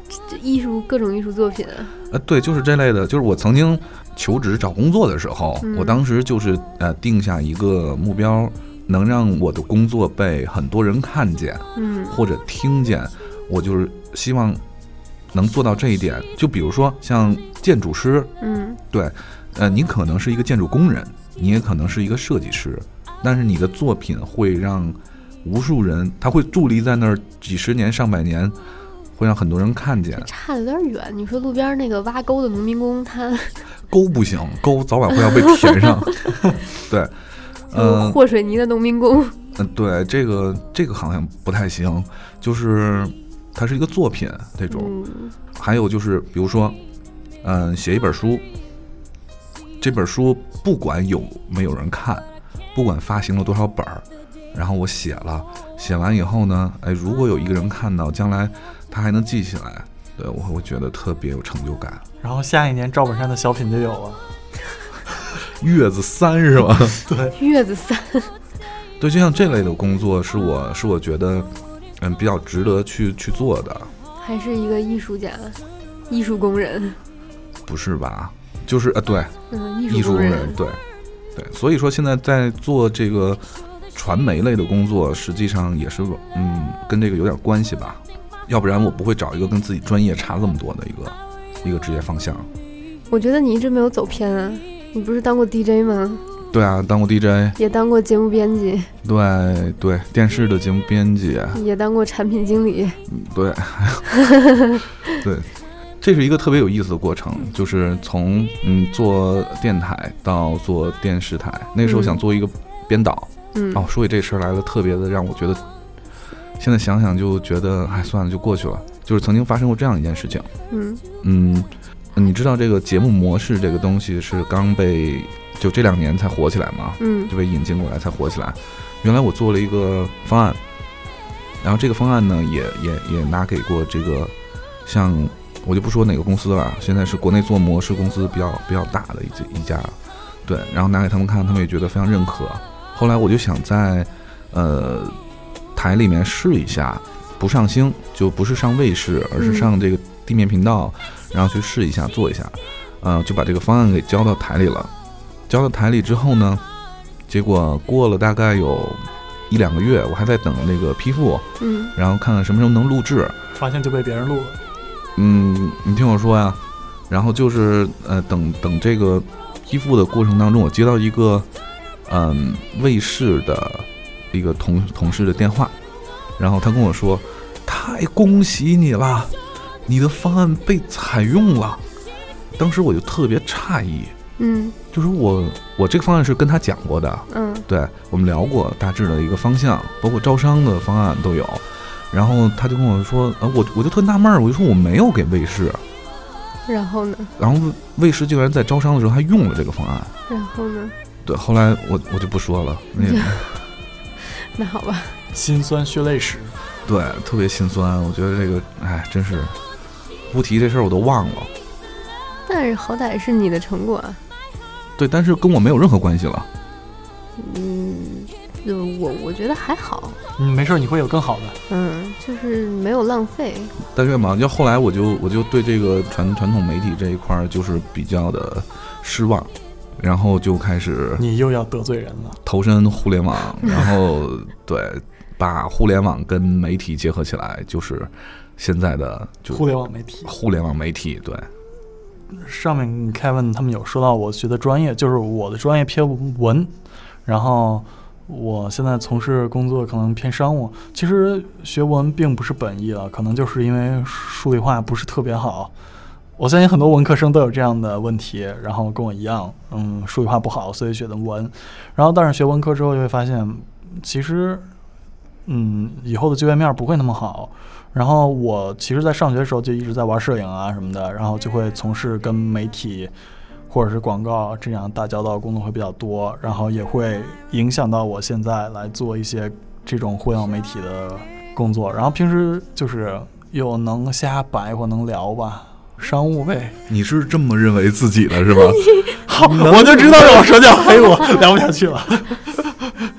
艺术各种艺术作品啊。 呃，对，就是这类的。就是我曾经求职找工作的时候， 嗯、 我当时就是呃定下一个目标，能让我的工作被很多人看见， 嗯， 或者听见。我就是希望能做到这一点。就比如说像建筑师， 嗯， 对，呃，你可能是一个建筑工人，你也可能是一个设计师，但是你的作品会让无数人，他会伫立在那儿几十年、上百年。会让很多人看见， 差的有点远。你说路边那个挖沟的农民工，他沟不行，沟早晚会要被填上。对，呃， 和水泥的农民工， 嗯、呃，对，这个这个好像不太行，就是它是一个作品这种。 嗯、 还有就是，比如说，嗯、呃，写一本书，这本书不管有没有人看，不管发行了多少本儿，然后我写了，写完以后呢，哎，如果有一个人看到，将来他还能记起来，对，我我觉得特别有成就感。 然后下一年赵本山的小品就有了， 月子三是吧？ 对， 月子三。 对，就像这类的工作，是我是我觉得，嗯，比较值得去去做的。 还是一个艺术家，艺术工人。 不是吧？就是呃，对， 嗯， 艺术工人，对，对。所以说，现在在做这个传媒类的工作，实际上也是嗯，跟这个有点关系吧。要不然我不会找一个跟自己专业差这么多的一个一个职业方向。 我觉得你一直没有走偏啊，你不是当过 D J 吗？ 对啊，当过 D J， 也当过节目编辑， 对对，电视的节目编辑， 也当过产品经理， 对，对，这是一个特别有意思的过程，就是从嗯做电台到做电视台，那时候想做一个编导， 嗯， 哦，说起这事儿来了，特别的让我觉得。现在想想就觉得，哎，算了，就过去了。就是曾经发生过这样一件事情。 嗯嗯，你知道这个节目模式这个东西是刚被就这两年才火起来嘛？ 嗯， 就被引进过来才火起来。原来我做了一个方案，然后这个方案呢，也也也拿给过这个，像我就不说哪个公司了，现在是国内做模式公司比较比较大的一一家，对，然后拿给他们看，他们也觉得非常认可。后来我就想在呃。台里面试一下，不上星就不是上卫视，而是上这个地面频道，嗯、然后去试一下做一下，呃，就把这个方案给交到台里了。交到台里之后呢，结果过了大概有一两个月，我还在等那个批复， 嗯， 然后看看什么时候能录制， 发现就被别人录了。 嗯，你听我说呀，然后就是呃，等等这个批复的过程当中，我接到一个嗯卫视的。一个同同事的电话，然后他跟我说：“太恭喜你了，你的方案被采用了。”当时我就特别诧异， 嗯， 就是我我这个方案是跟他讲过的， 嗯， 对我们聊过大致的一个方向，包括招商的方案都有。然后他就跟我说：“呃，我我就特纳闷，我就说我没有给卫视。” 然后呢？ 然后卫视竟然在招商的时候还用了这个方案。 然后呢？ 对，后来我我就不说了，那个。 那好吧， 心酸血泪史， 对，特别心酸。我觉得这个，哎，真是不提这事儿我都忘了。 但是好歹是你的成果啊。 对，但是跟我没有任何关系了。 嗯，就我我觉得还好。 嗯，没事，你会有更好的。 嗯，就是没有浪费。 但是嘛，要后来我就我就对这个传传统媒体这一块就是比较的失望。然后就开始， 你又要得罪人了。 投身互联网，然后对，把互联网跟媒体结合起来，就是现在的就互联网媒体。 互联网媒体，对。 上面凯文他们有说到我学的专业，就是我的专业偏文，然后我现在从事工作可能偏商务。其实学文并不是本意了，可能就是因为数理化不是特别好。我相信很多文科生都有这样的问题，然后跟我一样，嗯，数理化不好，所以学的文。然后但是学文科之后就会发现，其实，嗯，以后的就业面不会那么好。然后我其实在上学的时候就一直在玩摄影啊什么的，然后就会从事跟媒体或者是广告这样打交道工作会比较多，然后也会影响到我现在来做一些这种互联网媒体的工作。然后平时就是又能瞎摆或能聊吧。商务呗， 你是这么认为自己的是吧？ 好，我就知道有舌脚黑我聊不下去了。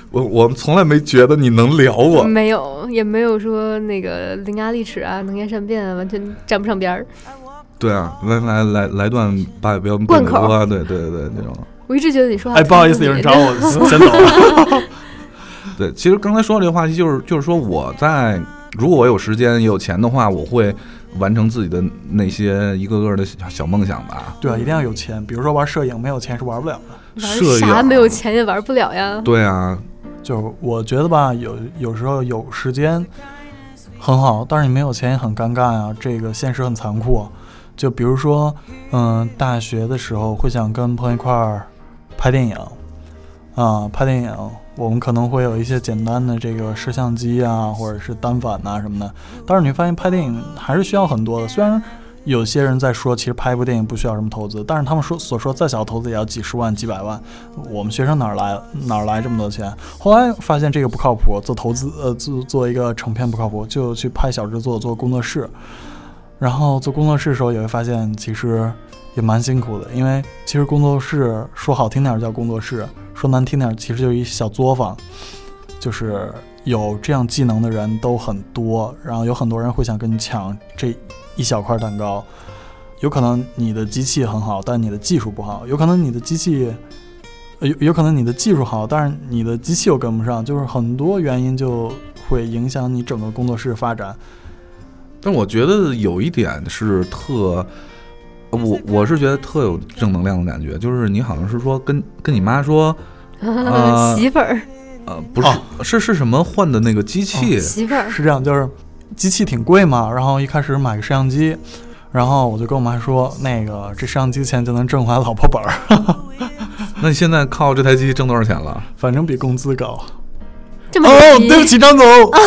我我们从来没觉得你能聊我， 没有，也没有说那个伶牙俐齿啊，能言善辩啊，完全沾不上边儿。 对啊，来来来来段八百标贯口啊，对对对对，这种。 我一直觉得你说话哎，不好意思，有人找我，先走了。 对，其实刚才说的这个话题，就是就是说我在如果我有时间也有钱的话，我会完成自己的那些一个个的小小梦想吧。 对啊，一定要有钱，比如说玩摄影，没有钱是玩不了的。 玩啥没有钱也玩不了呀。 对啊， 就我觉得吧，有有时候有时间很好，但是你没有钱也很尴尬呀，这个现实很残酷。就比如说，嗯，大学的时候会想跟朋友一块儿拍电影啊，拍电影，我们可能会有一些简单的这个摄像机啊，或者是单反啊什么的。但是你发现拍电影还是需要很多的，虽然有些人在说，其实拍一部电影不需要什么投资，但是他们说所说再小的投资也要几十万、几百万。我们学生哪来哪来这么多钱？后来发现这个不靠谱，做投资呃做做一个成片不靠谱，就去拍小制作，做工作室。然后做工作室的时候也会发现，其实也蛮辛苦的，因为其实工作室说好听点叫工作室，说难听点其实就是一小作坊，就是有这样技能的人都很多，然后有很多人会想跟你抢这一小块蛋糕。有可能你的机器很好，但你的技术不好；有可能你的机器，有有可能你的技术好，但是你的机器又跟不上，就是很多原因就会影响你整个工作室发展。 但我觉得有一点是特，我我是觉得特有正能量的感觉，就是你好像是说跟跟你妈说， 呃、媳妇儿， 呃，不是、哦、是是什么换的那个机器？ 哦、媳妇儿是这样，就是机器挺贵嘛，然后一开始买个摄像机，然后我就跟我妈说，那个这摄像机钱就能挣回老婆本儿。 那你现在靠这台机挣多少钱了？ 反正比工资高。 这么哦，对不起，张总。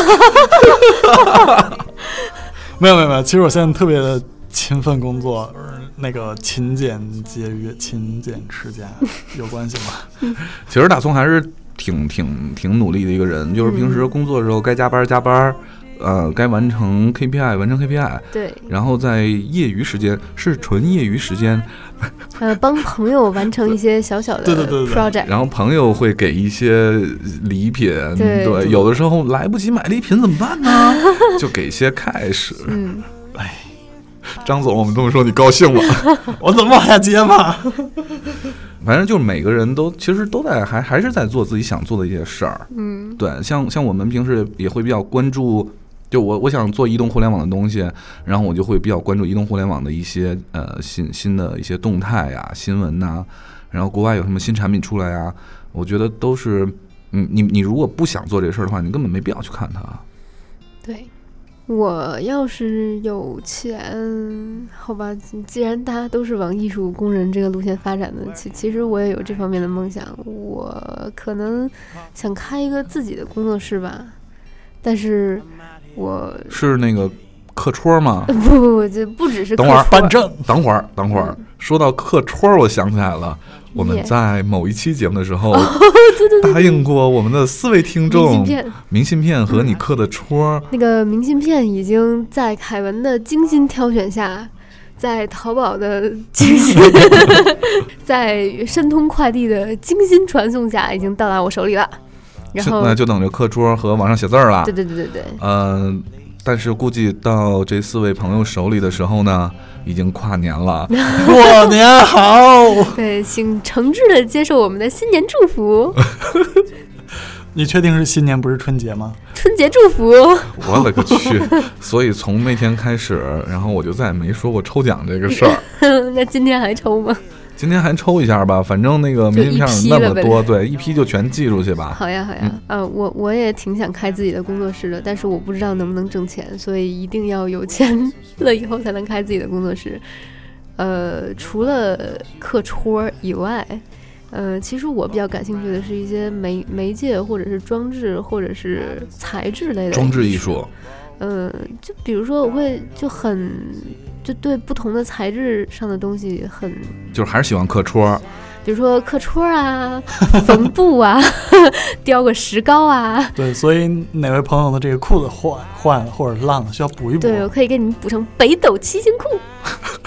没有没有没有，其实我现在特别的勤奋工作，那个勤俭节约、勤俭持家有关系吗？ 其实大葱还是挺挺挺努力的一个人，就是平时工作的时候该加班加班，呃，该完成 K P I 完成 K P I， 对， 然后在业余时间是纯业余时间， 呃，帮朋友完成一些小小的 project， 对对对对， 然后朋友会给一些礼品，对，对有的时候来不及买礼品怎么办呢？就给一些 cash。 嗯， 哎，张总，我们这么说你高兴吗？ 我怎么往下接嘛？ 反正就是每个人都其实都在还还是在做自己想做的一些事儿。 嗯， 对，像像我们平时也会比较关注。就我我想做移动互联网的东西，然后我就会比较关注移动互联网的一些呃新新的一些动态呀、新闻呐，然后国外有什么新产品出来呀，我觉得都是，嗯，你你如果不想做这事儿的话，你根本没必要去看它。 对，我要是有钱，好吧，既然大家都是往艺术工人这个路线发展的，其其实我也有这方面的梦想，我可能想开一个自己的工作室吧，但是。我是那个课戳吗？ 不不不，这不只是课戳。等会儿办证。等会儿，等会儿、嗯，说到课戳，我想起来了，我们在某一期节目的时候，哦、 对对对， 答应过我们的四位听众， 明信片， 明信片和你刻的戳、 嗯。那个明信片已经在凯文的精心挑选下，在淘宝的精心，在申通快递的精心传送下，已经到达我手里了。然后那就等着课桌和网上写字了。 对对对对对。 呃，但是估计到这四位朋友手里的时候呢，已经跨年了。 过年好！ 对，请诚挚的接受我们的新年祝福。 你确定是新年不是春节吗？ 春节祝福。 我勒个去！所以从那天开始，然后我就再也没说过抽奖这个事儿。 那今天还抽吗？ 今天还抽一下吧，反正那个明信片那么多，对，一批就全寄出去吧。 好呀好呀，嗯、呃，我我也挺想开自己的工作室的，但是我不知道能不能挣钱，所以一定要有钱了以后才能开自己的工作室。呃，除了刻戳以外，呃，其实我比较感兴趣的是一些媒媒介或者是装置或者是材质类的装置艺术。 嗯、呃，就比如说我会就很就对不同的材质上的东西很， 就是还是喜欢刻戳， 比如说刻戳啊、缝布啊、雕个石膏啊。 对，所以哪位朋友的这个裤子坏坏了或者烂了，需要补一补。 对，我可以给你们补成北斗七星裤。 这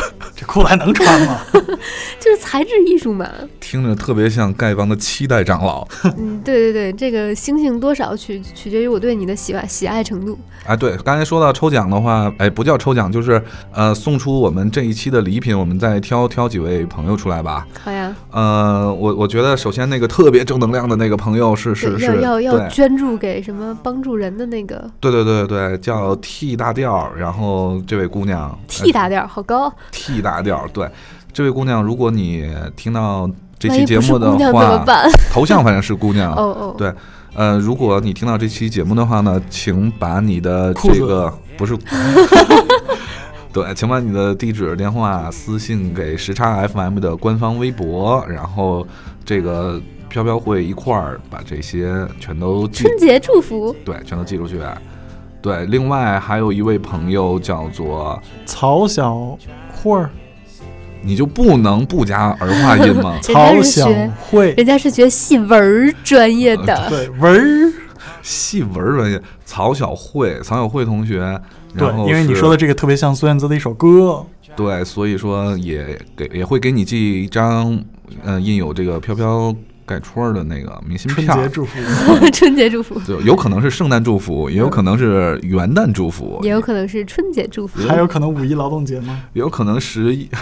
这裤子还能穿吗？ 就是材质艺术嘛。 听着特别像丐帮的七代长老。 嗯，对对对，这个星星多少取取决于我对你的喜爱喜爱程度。 哎，对，刚才说到抽奖的话，哎，不叫抽奖，就是呃送出我们这一期的礼品，我们再挑挑几位朋友出来吧。 好呀。 呃，我我觉得首先那个特别正能量的那个朋友是是是要要要捐助给什么帮助人的那个。对对对对，叫 T 大调，然后这位姑娘 T 大调好高。 T 大调，对，这位姑娘，如果你听到这期节目的话，头像反正是姑娘。 哦哦， 对，呃，如果你听到这期节目的话呢，请把你的这个不是，对，请把你的地址、电话私信给时差 F M 的官方微博，然后这个飘飘会一块儿把这些全都记春节祝福， 对，全都记出去。对，另外还有一位朋友叫做曹小慧儿。 你就不能不加儿化音吗？ 曹小慧， 人家是学戏文专业的， 呃、对文戏文专业。曹小慧，曹小慧同学， 对，因为你说的这个特别像孙燕姿的一首歌， 对，所以说也给也会给你寄一张，呃，印有这个飘飘盖戳的那个明信片， 春节祝福， 春节祝福， 对，有可能是圣诞祝福，也有可能是元旦祝福， 也有可能是春节祝福， 还有可能五一劳动节吗？ 也有可能十一。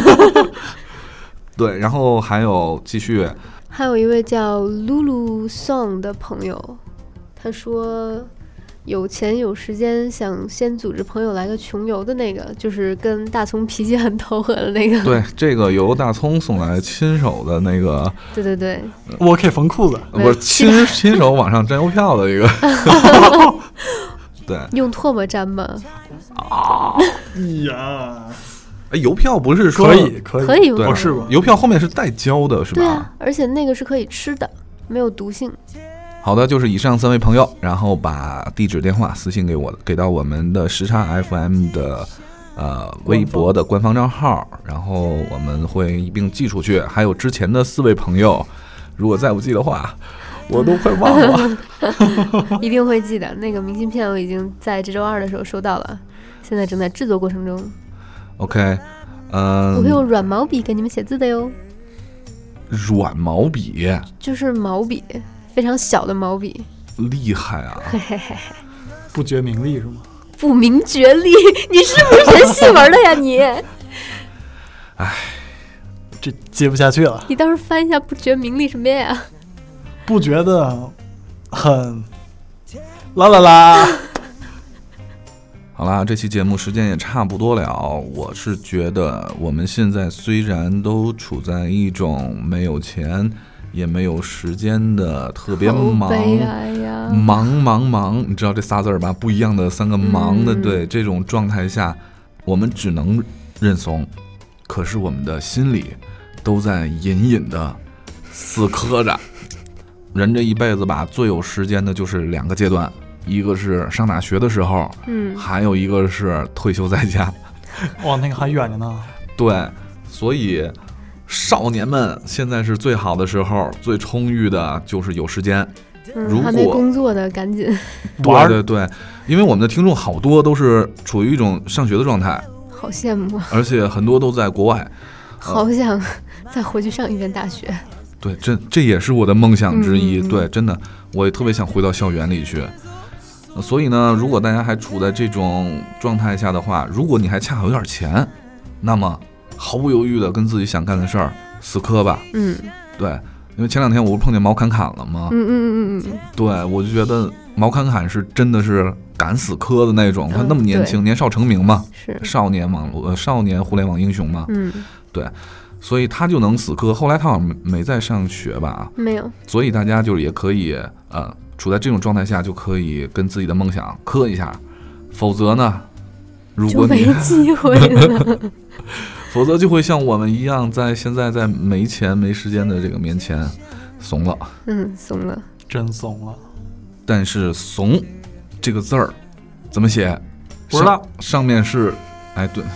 对，然后还有继续， 还有一位叫 Lulu Song 的朋友，他说有钱有时间想先组织朋友来个穷游的那个，就是跟大葱脾气很投合的那个。 对，这个由大葱送来亲手的那个。 对对对， 我可以缝裤子， 不是亲亲手往上粘邮票的一个。对， 用唾沫粘吗？ 啊呀！ 哎，邮票不是说可以可以可以， 我试过，邮票后面是带胶的，是吧？ 对啊，而且那个是可以吃的，没有毒性。 好的，就是以上三位朋友，然后把地址、电话私信给我，给到我们的时差 F M 的呃微博的官方账号，然后我们会一并寄出去。还有之前的四位朋友，如果再不寄的话，我都快忘了。 一定会寄的。那个明信片我已经在这周二的时候收到了，现在正在制作过程中。 OK， 嗯、呃， 我会用软毛笔给你们写字的哟。 软毛笔就是毛笔，非常小的毛笔。 厉害啊！ 嘿嘿嘿， 不觉名利是吗？ 不明觉厉，你是不是学戏文的呀你？ 哎，这接不下去了。 你倒是翻一下不觉名利什么呀？ 不觉得很啦啦啦。 好啦，这期节目时间也差不多了。我是觉得我们现在虽然都处在一种没有钱也没有时间的特别忙忙忙忙，你知道这仨字儿吧？不一样的三个忙的，嗯、对这种状态下，我们只能认怂。可是我们的心里都在隐隐的死磕着。人这一辈子吧，最有时间的就是两个阶段。一个是上大学的时候，嗯，还有一个是退休在家。 哇，那个还远着呢。 对，所以少年们现在是最好的时候，最充裕的就是有时间。 嗯、如果还没工作的赶紧。 对对对，因为我们的听众好多都是处于一种上学的状态， 好羡慕啊！ 而且很多都在国外， 好想再回去上一遍大学。 对，这这也是我的梦想之一。嗯、对，真的，我也特别想回到校园里去。所以呢，如果大家还处在这种状态下的话，如果你还恰好有点钱，那么毫不犹豫的跟自己想干的事儿死磕吧。 嗯， 对，因为前两天我不碰见毛侃侃了吗？ 嗯嗯嗯嗯， 对，我就觉得毛侃侃是真的是敢死磕的那种。他那么年轻，嗯、年少成名嘛， 是少年网络少年互联网英雄嘛。 嗯， 对，所以他就能死磕。后来他好像没在上学吧？ 没有。所以大家就是也可以呃。处在这种状态下，就可以跟自己的梦想磕一下，否则呢，如果你就没机会了， 否则就会像我们一样，在现在在没钱没时间的这个面前怂了。 嗯，怂了， 真怂了。 但是怂这个字儿怎么写？ 不知道。 上面是，哎，对，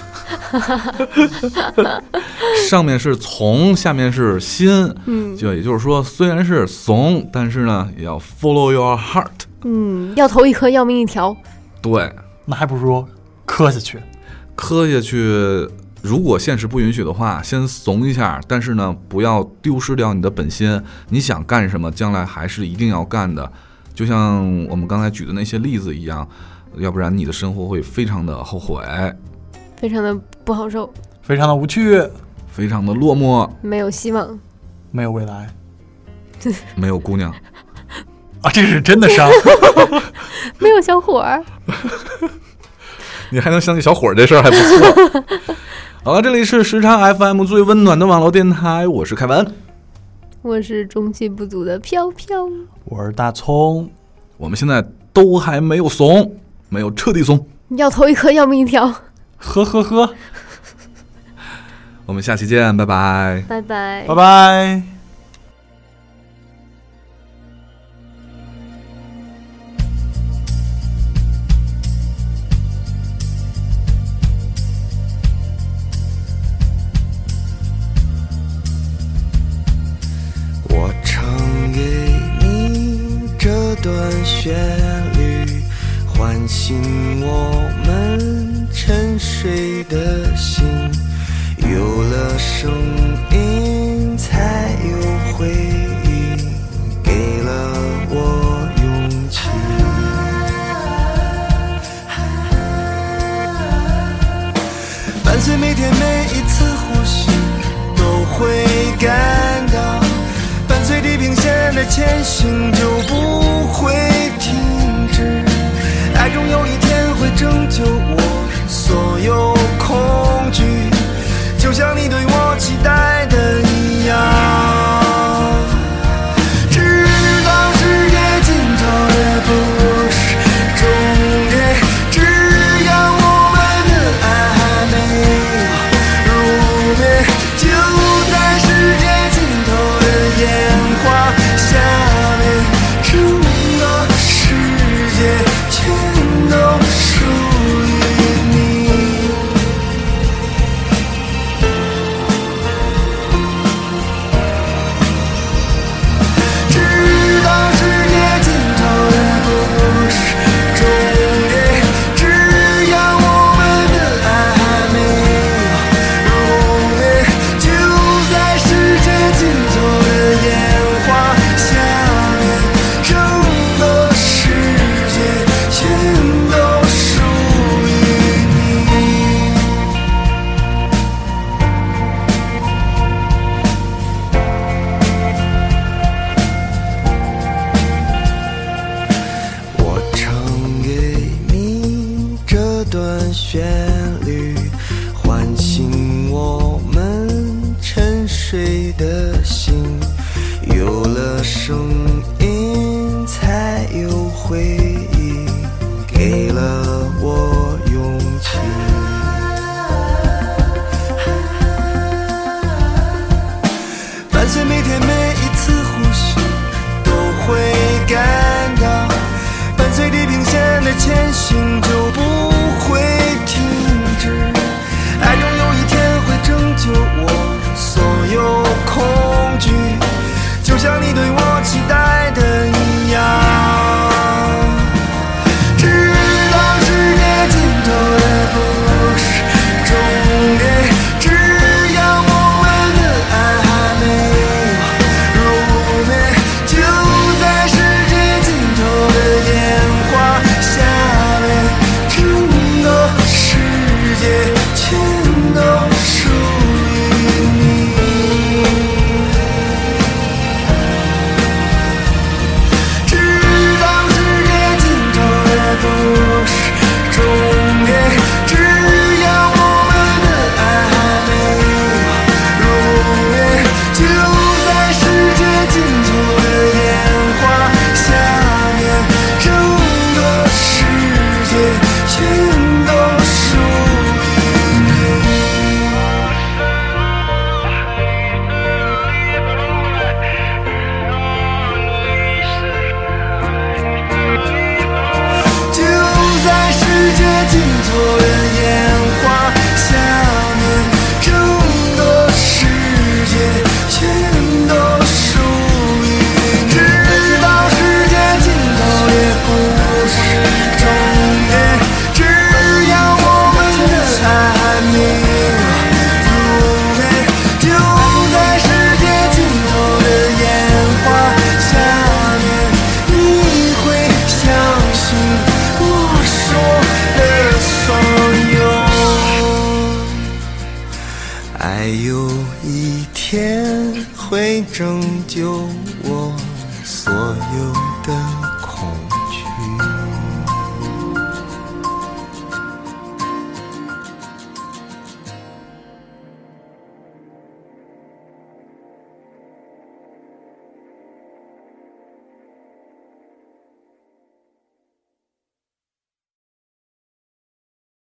上面是从，下面是心， 嗯， 就也就是说，虽然是怂，但是呢，也要 follow your heart， 嗯，要头一颗，要命一条。 对， 那还不如磕下去， 磕下去， 如果现实不允许的话，先怂一下，但是呢，不要丢失掉你的本心。你想干什么，将来还是一定要干的。就像我们刚才举的那些例子一样，要不然你的生活会非常的后悔， 非常的不好受， 非常的无趣， 非常的落寞， 没有希望， 没有未来， 没有姑娘啊，这是真的伤。 没有小伙儿。 你还能想起小伙儿这事儿，还不错。好了，这里是时差 F M 最温暖的网络电台，我是凯文， 我是中气不足的飘飘， 我是大葱。 我们现在都还没有怂，没有彻底怂， 要头一颗要命一条。 呵呵呵。 我们下期见，拜拜， 拜拜， 拜拜。 我唱给你这段旋律，唤醒我们沉睡的心，有了声音才有回忆，给了我勇气。伴随每天每一次呼吸，都会感到伴随地平线的前行，就不会停止。爱终有一天会拯救我所有恐惧，就像你对我期待的一样。直到世界尽头也不是终点，只要我们的爱还没有入眠，就在世界尽头的烟花下面，整个世界全都属于你。直到世界尽头也不是终点，只要我们的爱还没有入眠，就在世界尽头的烟花下面，整个世界全都属于你。我唱给你这段旋律，唤醒我们沉睡的心，有了声音才有回忆，给了我勇气。伴随每天每一次呼吸，都会感到伴随地平线的前行，就不会停止。爱终有一天会拯救我所有恐惧，就像你对我期待的一样。直到世界尽头也不是终点，只要我们的爱还没有入眠，就在世界尽头的烟花下面， 爱有一天会拯救我所有的